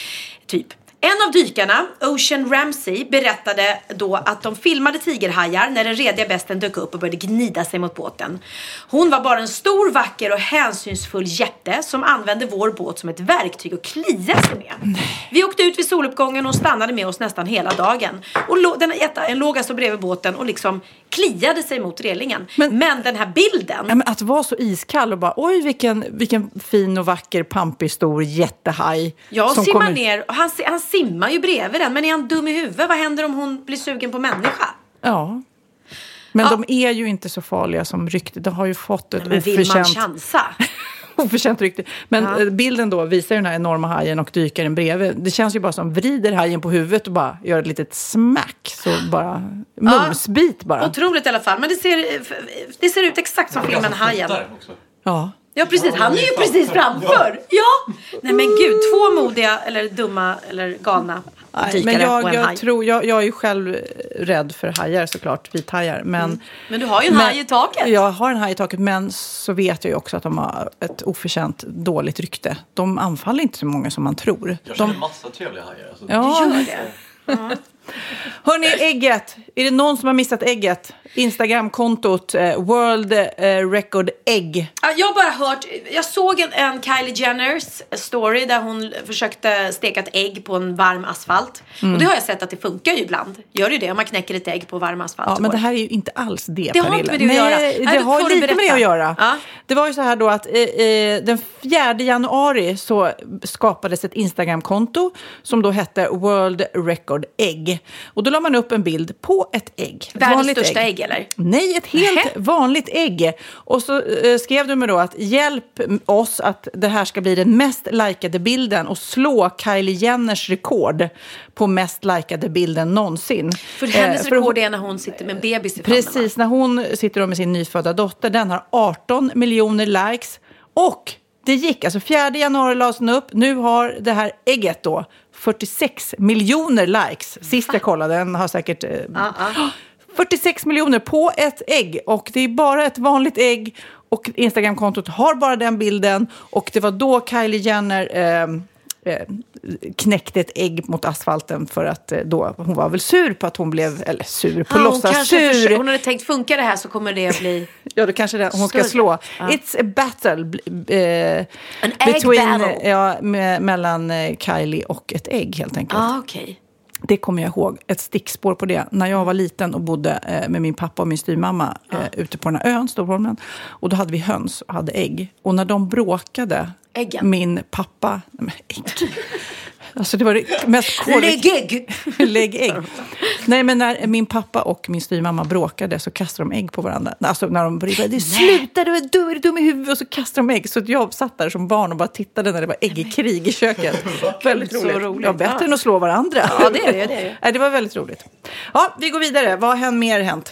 Typ. En av dykarna, Ocean Ramsey, berättade då att de filmade tigerhajar när den rediga besten dök upp och började gnida sig mot båten. Hon var bara en stor, vacker och hänsynsfull jätte som använde vår båt som ett verktyg att klia sig med. Nej. Vi åkte ut vid soluppgången och stannade med oss nästan hela dagen. Och lo- den jätten låg alltså bredvid båten och liksom kliade sig mot relingen. Men, men den här bilden... Ja, men att vara så iskall och bara, oj vilken, vilken fin och vacker, pampig, stor jättehaj. Ja, som simmar kommer... ner. Han, han simmar ju bredvid den. Men är han dum i huvudet? Vad händer om hon blir sugen på människa? Ja. Men ja. de är ju inte så farliga som ryktet. De har ju fått ett Nej, men oförtjänt... vill man chansa? oförtjänt rykte. Men ja. bilden då visar den här enorma hajen och dykaren bredvid. Det känns ju bara som vrider hajen på huvudet och bara gör ett litet smack. Så bara mumsbit bara. Ja, otroligt i alla fall. Men det ser, det ser ut exakt som filmen Hajen. Ja. Ja, precis. Han är ju precis framför. Ja. Nej, men gud. Två modiga eller dumma eller galna dykare. Men jag, och en jag haj. tror, jag, jag är ju själv rädd för hajar såklart, vithajar. Men, mm. men du har ju en men, haj i taket. Jag har en haj i taket, men så vet jag ju också att de har ett oförtjänt dåligt rykte. De anfaller inte så många som man tror. Jag känner de... massa trevliga hajar. Alltså. Ja, du gör det. Ja. Hörrni, ägget. Är det någon som har missat ägget? Instagram-kontot eh, World eh, Record Egg. Jag har bara hört, jag såg en, en Kylie Jenners story där hon försökte steka ett ägg på en varm asfalt. Mm. Och det har jag sett att det funkar ju ibland. Gör ju det om man knäcker ett ägg på varm asfalt. Ja, men det här är ju inte alls det, Det Pernilla. har inte med det att göra. Nej, det Nej, har ju lite med det att göra. Ja. Det var ju så här då att eh, eh, den fjärde januari så skapades ett Instagram-konto som då hette World Record Egg. Och då la man upp en bild på ett ägg. Ett Världens största ägg. ägg, eller? Nej, ett helt Nähe. vanligt ägg. Och så eh, skrev du mig då att hjälp oss att det här ska bli den mest likade bilden och slå Kylie Jenners rekord på mest likade bilden någonsin. För hennes eh, för rekord är när hon sitter med en bebis i famnen. Precis, när hon sitter då med sin nyfödda dotter. Den har arton miljoner likes. Och det gick, alltså fjärde januari lades den upp. Nu har det här ägget då fyrtiosex miljoner likes. Sist jag kollade, den har säkert... Eh, uh-uh. fyrtiosex miljoner på ett ägg. Och det är bara ett vanligt ägg. Och Instagram-kontot har bara den bilden. Och det var då Kylie Jenner eh, eh, knäckte ett ägg mot asfalten. För att eh, då, hon var väl sur på att hon blev, eller sur, på ah, låtsas sur. Försöker, hon hade tänkt, funkar det här så kommer det att bli... Ja, då kanske det, hon ska slå. Ah. It's a battle. Eh, An between, egg battle. Ja, med, mellan eh, Kylie och ett ägg helt enkelt. Ah, okej. Okay. Det kommer jag ihåg, ett stickspår på det. När jag var liten och bodde eh, med min pappa och min styrmamma eh, ja. ute på den här ön, Storholmen. Och då hade vi höns och hade ägg. Och när de bråkade, Äggen. min pappa... Nej, men ägg. Alltså det var det mest korrekt. Lägg ägg! Lägg ägg. Nej, men när min pappa och min styrmamma bråkade så kastade de ägg på varandra. Alltså när de började, det slutade, du är dum, är du dum i huvudet, och så kastade de ägg. Så jag satt där som barn och bara tittade när det var äggkrig i köket. Väldigt roligt. Så roligt. Ja, bättre ja. än att slå varandra. Ja, det är det. Det, är det. Nej, det var väldigt roligt. Ja, vi går vidare. Vad har mer hänt?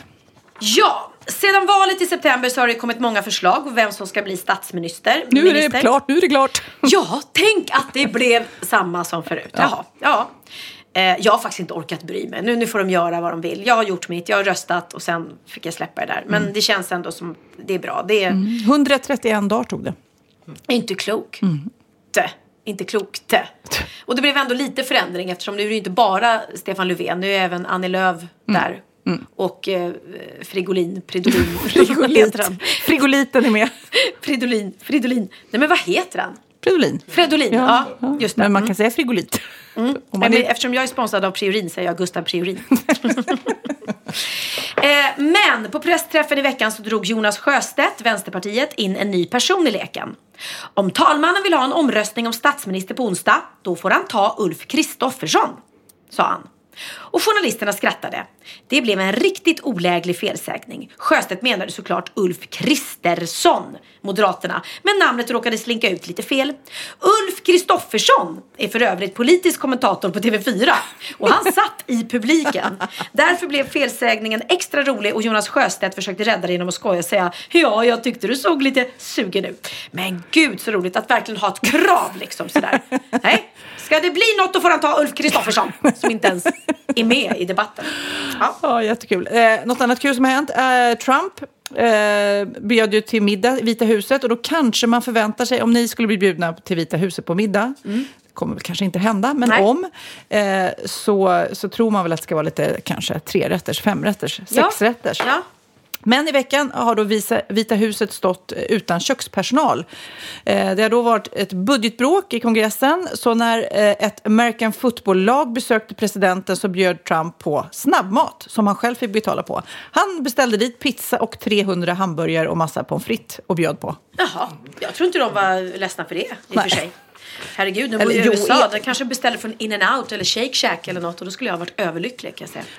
Ja, sedan valet i september så har det kommit många förslag på vem som ska bli statsminister. Nu är minister. det klart, nu är det klart. Ja, tänk att det blev samma som förut. Ja. Jaha, ja. Eh, jag har faktiskt inte orkat bry mig. Nu, nu får de göra vad de vill. Jag har gjort mitt, jag har röstat och sen fick jag släppa det där. Men mm. det känns ändå som det är bra. Det är mm. hundratrettioen dagar tog det. Inte klok. Mm. Inte, inte klokt. Och det blev ändå lite förändring eftersom nu är det inte bara Stefan Löfven. Nu är även Annie Lööf mm. där. Mm. Och eh, Frigolin, Pridolin. Frigolit. Frigoliten är med. Fridolin, Fridolin. Nej men vad heter han? Fridolin. Fridolin, ja. ja just det. Men man kan mm. säga frigolit. Mm. Om man är... Eftersom jag är sponsrad av Priorin säger jag Gustav Priorin. eh, men på pressträffen i veckan så drog Jonas Sjöstedt, Vänsterpartiet, in en ny person i leken. Om talmannen vill ha en omröstning om statsminister på onsdag, då får han ta Ulf Kristoffersson, sa han. Och journalisterna skrattade. Det blev en riktigt oläglig felsägning. Sjöstedt menade såklart Ulf Kristersson, Moderaterna, men namnet råkade slinka ut lite fel. Ulf Kristoffersson är för övrigt politisk kommentator på T V fyra och han satt i publiken. Därför blev felsägningen extra rolig och Jonas Sjöstedt försökte rädda det genom att skoja och säga ja, jag tyckte du såg lite sugen ut. Men gud så roligt att verkligen ha ett krav liksom sådär. Nej, ska det bli något då får han ta Ulf Kristoffersson som inte ens är med i debatten. Ja, ja jättekul. Eh, något annat kul som har hänt. Eh, Trump eh, bjöd ju till middag i Vita huset och då kanske man förväntar sig, om ni skulle bli bjudna till Vita huset på middag, mm. kommer väl kanske inte hända, men Nej. om eh, så, så tror man väl att det ska vara lite kanske trerätters, femrätters, ja. sexrätters. Ja. Men i veckan har då Vita huset stått utan kökspersonal. Det har då varit ett budgetbråk i kongressen. Så när ett American football-lag besökte presidenten så bjöd Trump på snabbmat som han själv fick betala på. Han beställde dit pizza och trehundra hamburgare och massa pommes frites och bjöd på. Jaha, jag tror inte de var ledsna för det i och för sig. Herregud, nu bor i U S A. De kanske beställde från In-N-Out eller Shake Shack eller något och då skulle jag ha varit överlycklig kan jag säga.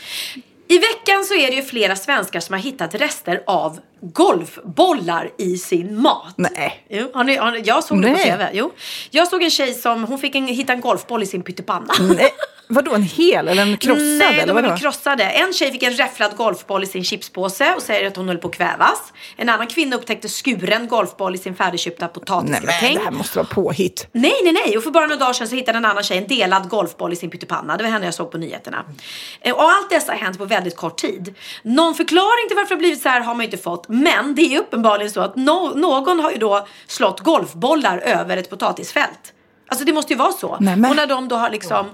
I veckan så är det ju flera svenskar som har hittat rester av golfbollar i sin mat. Nej. Jo, har ni, har ni, jag såg det på T V. Jo. Jag såg en tjej som, hon fick en, hitta en golfboll i sin pyttipanna. Nej. Vadå, en hel eller en krossad? Nej, eller de vadå? är krossade. En tjej fick en räfflad golfboll i sin chipspåse och säger att hon höll på att kvävas. En annan kvinna upptäckte skuren golfboll i sin färdigköpta potatisgratäng. Nej, men det här måste vara påhitt. Nej, nej, nej. Och för bara några dagar sedan så hittade en annan tjej en delad golfboll i sin pyttipanna. Det var henne jag såg på nyheterna. Och allt dessa har hänt på väldigt kort tid. Någon förklaring till varför det har blivit så här har man inte fått. Men det är uppenbarligen så att no- någon har ju då slått golfbollar över ett potatisfält. Alltså det måste ju vara så. Nej, men... Och när de då har liksom...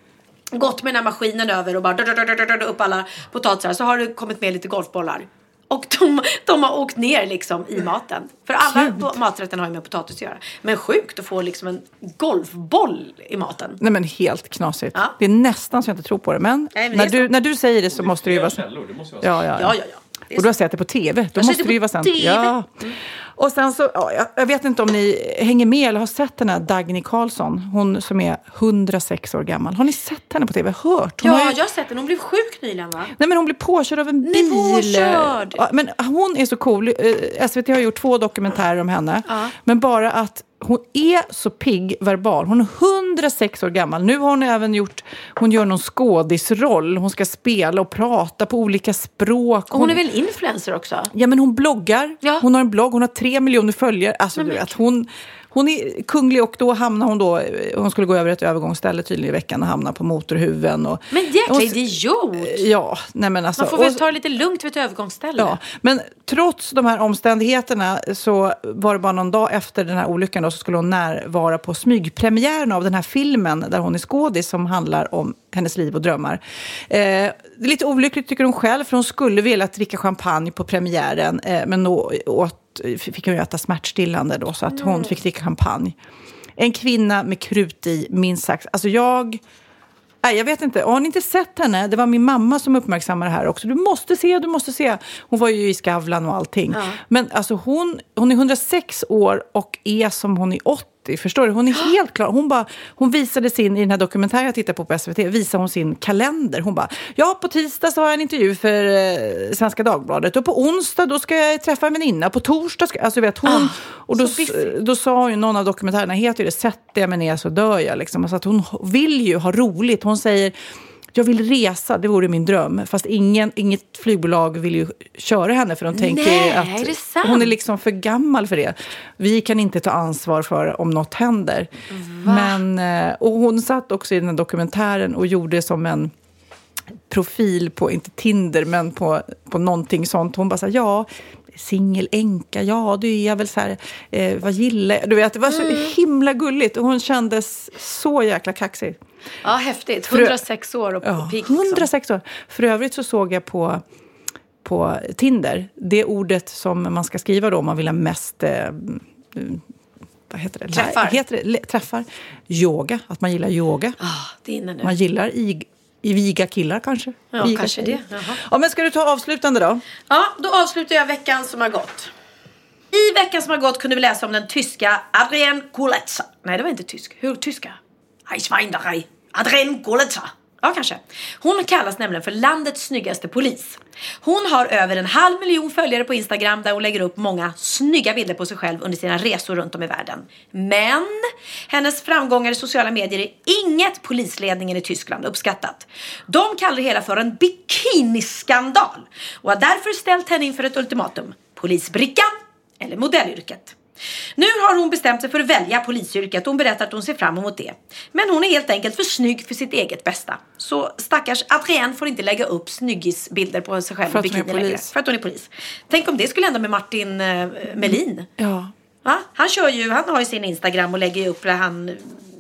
gått med den här maskinen över och bara upp alla potatisar så har det kommit med lite golfbollar. Och de, de har åkt ner liksom i maten. För alla maträtterna har ju med potatis att göra. Men sjukt att få liksom en golfboll i maten. Nej men helt knasigt. Ja. Det är nästan så jag inte tror på det. Men, Nej, men när, det du, när du säger det så måste det ju vara sant. Ja, ja, ja. ja, ja, ja. Och du har sett det på tv. Då måste det ju vara sant. Ja. Och sen så, ja, jag vet inte om ni hänger med eller har sett den här Dagny Carlsson. Hon som är hundrasex år gammal. Har ni sett henne på tv? Hört? Hon ja, har ju... jag har sett den. Hon blev sjuk nyligen va? Nej men hon blev påkörd av en bil. Nej, påkörd. Ja, men hon är så cool. S V T har gjort två dokumentärer om henne. Ja. Men bara att hon är så pigg verbal. Hon är hundrasex år gammal. Nu har hon även gjort, hon gör någon skådisroll. Hon ska spela och prata på olika språk. Hon, hon är väl influencer också? Ja, men hon bloggar. Ja. Hon har en blogg. Hon har tre miljoner följare. Alltså men du vet, hon... Hon är kunglig och då hamnar hon då, hon skulle gå över ett övergångsställe tydligen i veckan och hamna på motorhuven. Och, men jäkla idiot! Ja, nej men alltså. Man får väl ta det lite lugnt vid ett övergångsställe. Ja, men trots de här omständigheterna så var det bara någon dag efter den här olyckan då så skulle hon närvara på smygpremiären av den här filmen där hon är skådis som handlar om hennes liv och drömmar. Eh, det är lite olyckligt tycker hon själv för hon skulle vilja dricka champagne på premiären eh, men då åt fick hon äta smärtstillande då så att hon mm. fick dricka champagne. En kvinna med krut i minst sagt. Alltså jag nej, jag vet inte. Har ni inte sett henne? Det var min mamma som uppmärksammade det här också. Du måste se, du måste se. Hon var ju i Skavlan och allting. Ja. Men alltså hon, hon är hundrasex år och är som hon är åttio. Förstår du? Hon är helt klar. Hon, bara, hon visade sin, i den här dokumentären jag tittar på på S V T, visade hon sin kalender. Hon bara, ja på tisdag så har jag en intervju för eh, Svenska Dagbladet. Och på onsdag då ska jag träffa en väninna. På torsdag ska alltså vet hon. Ah, och då, då sa ju någon av dokumentärerna, heter ju det, sätter jag mig ner så dör jag. Liksom. Alltså att hon vill ju ha roligt. Hon säger, jag vill resa, det vore min dröm. Fast ingen, inget flygbolag vill ju köra henne för de tänker Nej, att är det sant? Hon är liksom för gammal för det. Vi kan inte ta ansvar för om något händer. Va? Men, och hon satt också i den här dokumentären och gjorde som en profil på, inte Tinder, men på, på någonting sånt. Hon bara sa, ja, singelänka, ja det är jag väl så här, eh, vad gillar jag? Du vet, det var så mm. himla gulligt och hon kändes så jäkla kaxig. Ja, häftigt. hundrasex år och ja, pigg. hundrasex år. För övrigt så såg jag på, på Tinder, det ordet som man ska skriva då om man vill ha mest... Eh, vad heter det? Träffar. Heter det? Träffar. Yoga, att man gillar yoga. Ah, det är inne nu. Man gillar i, i viga killar kanske. Ja, viga kanske killar. det. Jaha. Ja, men ska du ta avslutande då? Ja, då avslutar jag veckan som har gått. I veckan som har gått kunde vi läsa om den tyska Adrienne Gulitzer. Nej, det var inte tysk. Hur tyska? Eichweinderei. Adrienne Gulitzer. Ja, kanske. Hon kallas nämligen för landets snyggaste polis. Hon har över en halv miljon följare på Instagram där hon lägger upp många snygga bilder på sig själv under sina resor runt om i världen. Men hennes framgångar i sociala medier är inget polisledningen i Tyskland uppskattat. De kallar det hela för en bikiniskandal och har därför ställt henne inför ett ultimatum. Polisbrickan eller modellyrket. Nu har hon bestämt sig för att välja polisyrket och hon berättar att hon ser fram emot det. Men hon är helt enkelt för snygg för sitt eget bästa. Så stackars Adrienne får inte lägga upp snyggisbilder på sig själv. För att hon är polis. För att hon är polis. Tänk om det skulle hända med Martin eh, Melin. Ja. Ja. Han kör ju, han har ju sin Instagram och lägger upp där han...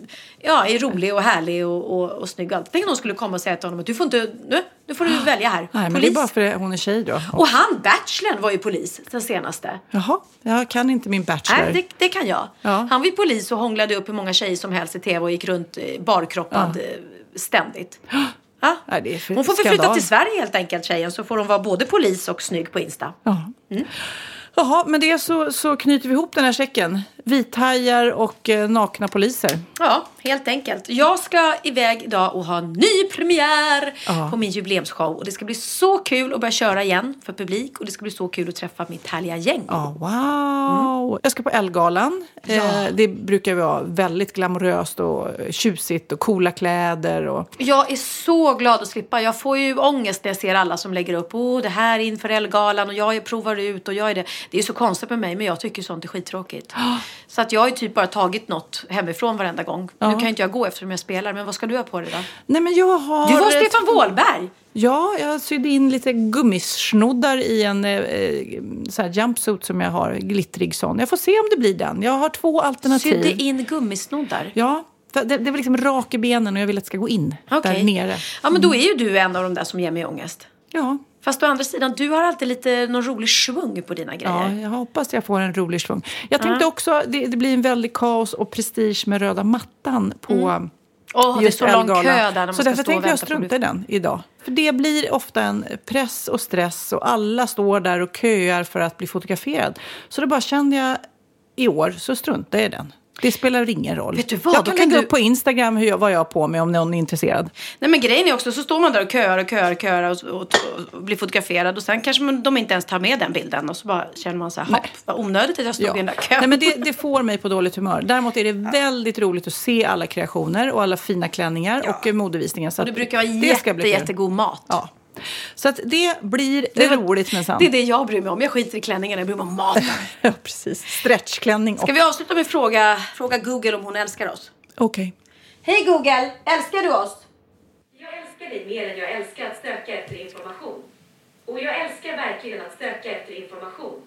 Ja, är rolig och härlig och, och, och snygg. Tänk om någon skulle komma och säga till honom att du får inte, nu, nu får du välja här. Nej, men polis. det är bara för att hon är tjej då. Och han, Bachelorn, var ju polis den senaste. Jaha, jag kan inte min Bachelor. Nej, det, det kan jag. Ja. Han var ju polis och hånglade upp hur många tjejer som helst i tv och gick runt barkroppad ja. ständigt. Ja. Nej, det är för hon får skandal. förflytta till Sverige helt enkelt, tjejen. Så får hon vara både polis och snygg på Insta. Ja. Mm. Jaha, men det så, så knyter vi ihop den här säcken. Vithajar och eh, nakna poliser. Ja, helt enkelt. Jag ska iväg idag och ha ny premiär ja. på min jubileumsshow. Och det ska bli så kul att börja köra igen för publik. Och det ska bli så kul att träffa mitt härliga gäng. Ja, wow. Mm. Jag ska på Ellegalan. Ja. Eh, det brukar vara väldigt glamoröst och tjusigt och coola kläder. Och... Jag är så glad att slippa. Jag får ju ångest när jag ser alla som lägger upp. Åh, oh, det här är inför Ellegalan och jag är provar ut och jag är det. Det är så konstigt med mig, men jag tycker sånt är skittråkigt. Så att jag har ju typ bara tagit något hemifrån varenda gång. Ja. Nu kan inte jag gå eftersom jag spelar, men vad ska du ha på dig då? Nej, men jag har... Du var Stefan Wåhlberg! Ja, jag sydde in lite gummisnoddar i en eh, så här jumpsuit som jag har, glittrig sån. Jag får se om det blir den. Jag har två alternativ. Sydde in gummisnoddar? Ja, för det, det var liksom rak i benen och jag vill att det ska gå in okay. där nere. Ja, men då är ju du en av de där som ger mig ångest. Ja. Fast å andra sidan, du har alltid lite någon rolig svung på dina grejer. Ja, jag hoppas att jag får en rolig svung. Jag tänkte uh. också, det, det blir en väldig kaos och prestige med röda mattan på mm. oh, just Ellegalan. Det är så lång kö där. Så därför tänkte jag strunta i den idag. För det blir ofta en press och stress och alla står där och köar för att bli fotograferad. Så då bara kände jag i år så struntar jag i den. Det spelar ingen roll. Vet du vad? Jag kan lägga du... upp på Instagram hur jag, vad jag har på mig om någon är intresserad. Nej, men grejen är också så står man där och köar och köar och köar och, och, och blir fotograferad och sen kanske man, de inte ens tar med den bilden och så bara känner man så här, hopp, vad onödigt att jag stod ja. i den där kön. Nej, men det, det får mig på dåligt humör. Däremot är det väldigt roligt att se alla kreationer och alla fina klänningar ja. och modevisningar. Så och det brukar vara jätte, bli jättegod mat. Ja. Så att det blir det är roligt men sant. Det är det jag bryr mig om. Jag skiter i klänningarna, jag bryr mig om maten. Ja, precis. Stretchklänning. Ska vi avsluta med fråga, fråga Google om hon älskar oss? Okej. Okay. Hej Google, älskar du oss? Jag älskar dig mer än jag älskar att söka efter information. Och jag älskar verkligen att söka efter information.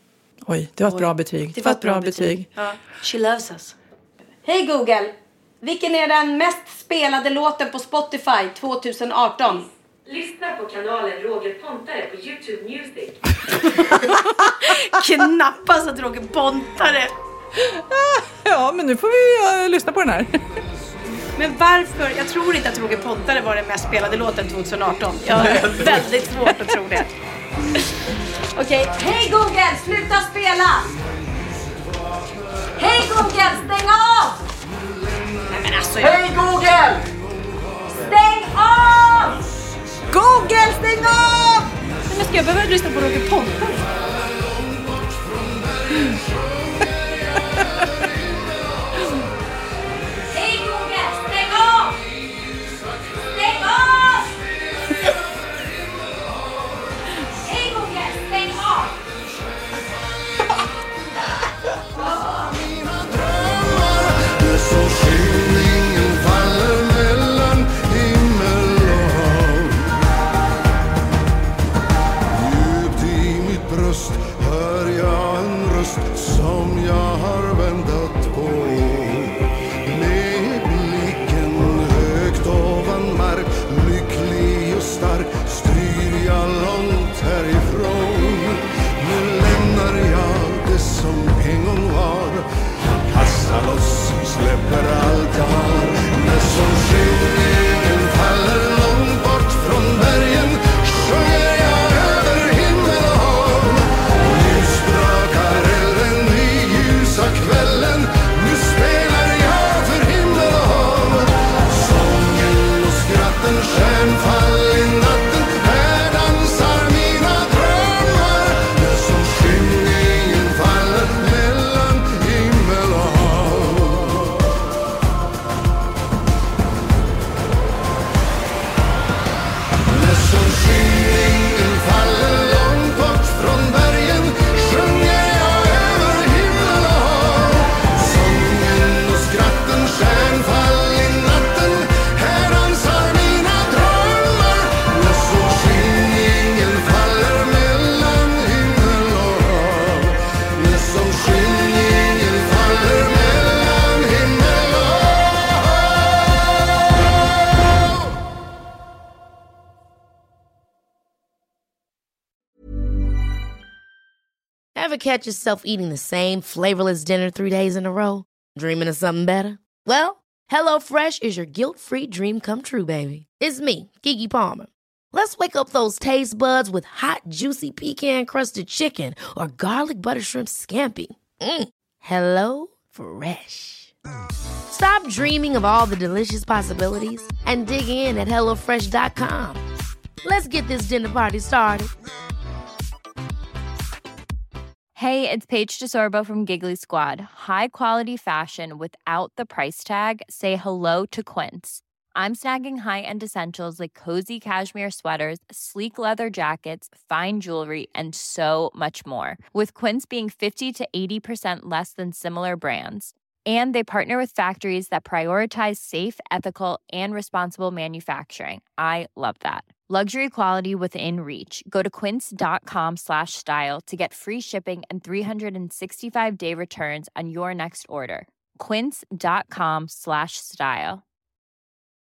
Oj, det var ett Oj. bra betyg. Det var ett bra, bra betyg. betyg. Ja. She loves us. Hej Google, vilken är den mest spelade låten på Spotify tjugo arton? Lyssna på kanalen Roger Pontare på YouTube Music. Knappast att Roger Pontare. Ja, men nu får vi uh, lyssna på den här. Men varför? Jag tror inte att Roger Pontare var den mest spelade låten tjugo arton. Jag har väldigt svårt att tro det. Okej, okay. Hej Google, sluta spela! Hej Google, stäng av! Nej, men alltså, jag... Hej Google! Stäng av! Google, stäng av! Men ska jag behöva lyssna på Roger Pontare? Hej Google, stäng av! Stäng av! Hej Google, stäng av! Så skilningen faller mellan himmel och hav. Djupt i mitt bröst hör Ever catch yourself eating the same flavorless dinner three days in a row? Dreaming of something better? Well, HelloFresh is your guilt-free dream come true, baby. It's me, Keke Palmer. Let's wake up those taste buds with hot, juicy pecan-crusted chicken or garlic butter shrimp scampi. Mm. Hello Fresh. Stop dreaming of all the delicious possibilities and dig in at hello fresh dot com. Let's get this dinner party started. Hey, it's Paige DeSorbo from Giggly Squad. High quality fashion without the price tag. Say hello to Quince. I'm snagging high-end essentials like cozy cashmere sweaters, sleek leather jackets, fine jewelry, and so much more. With Quince being fifty to eighty percent less than similar brands. And they partner with factories that prioritize safe, ethical, and responsible manufacturing. I love that. Luxury quality within reach. Go to quince.com slash style to get free shipping and three sixty-five day returns on your next order. Quince.com slash style.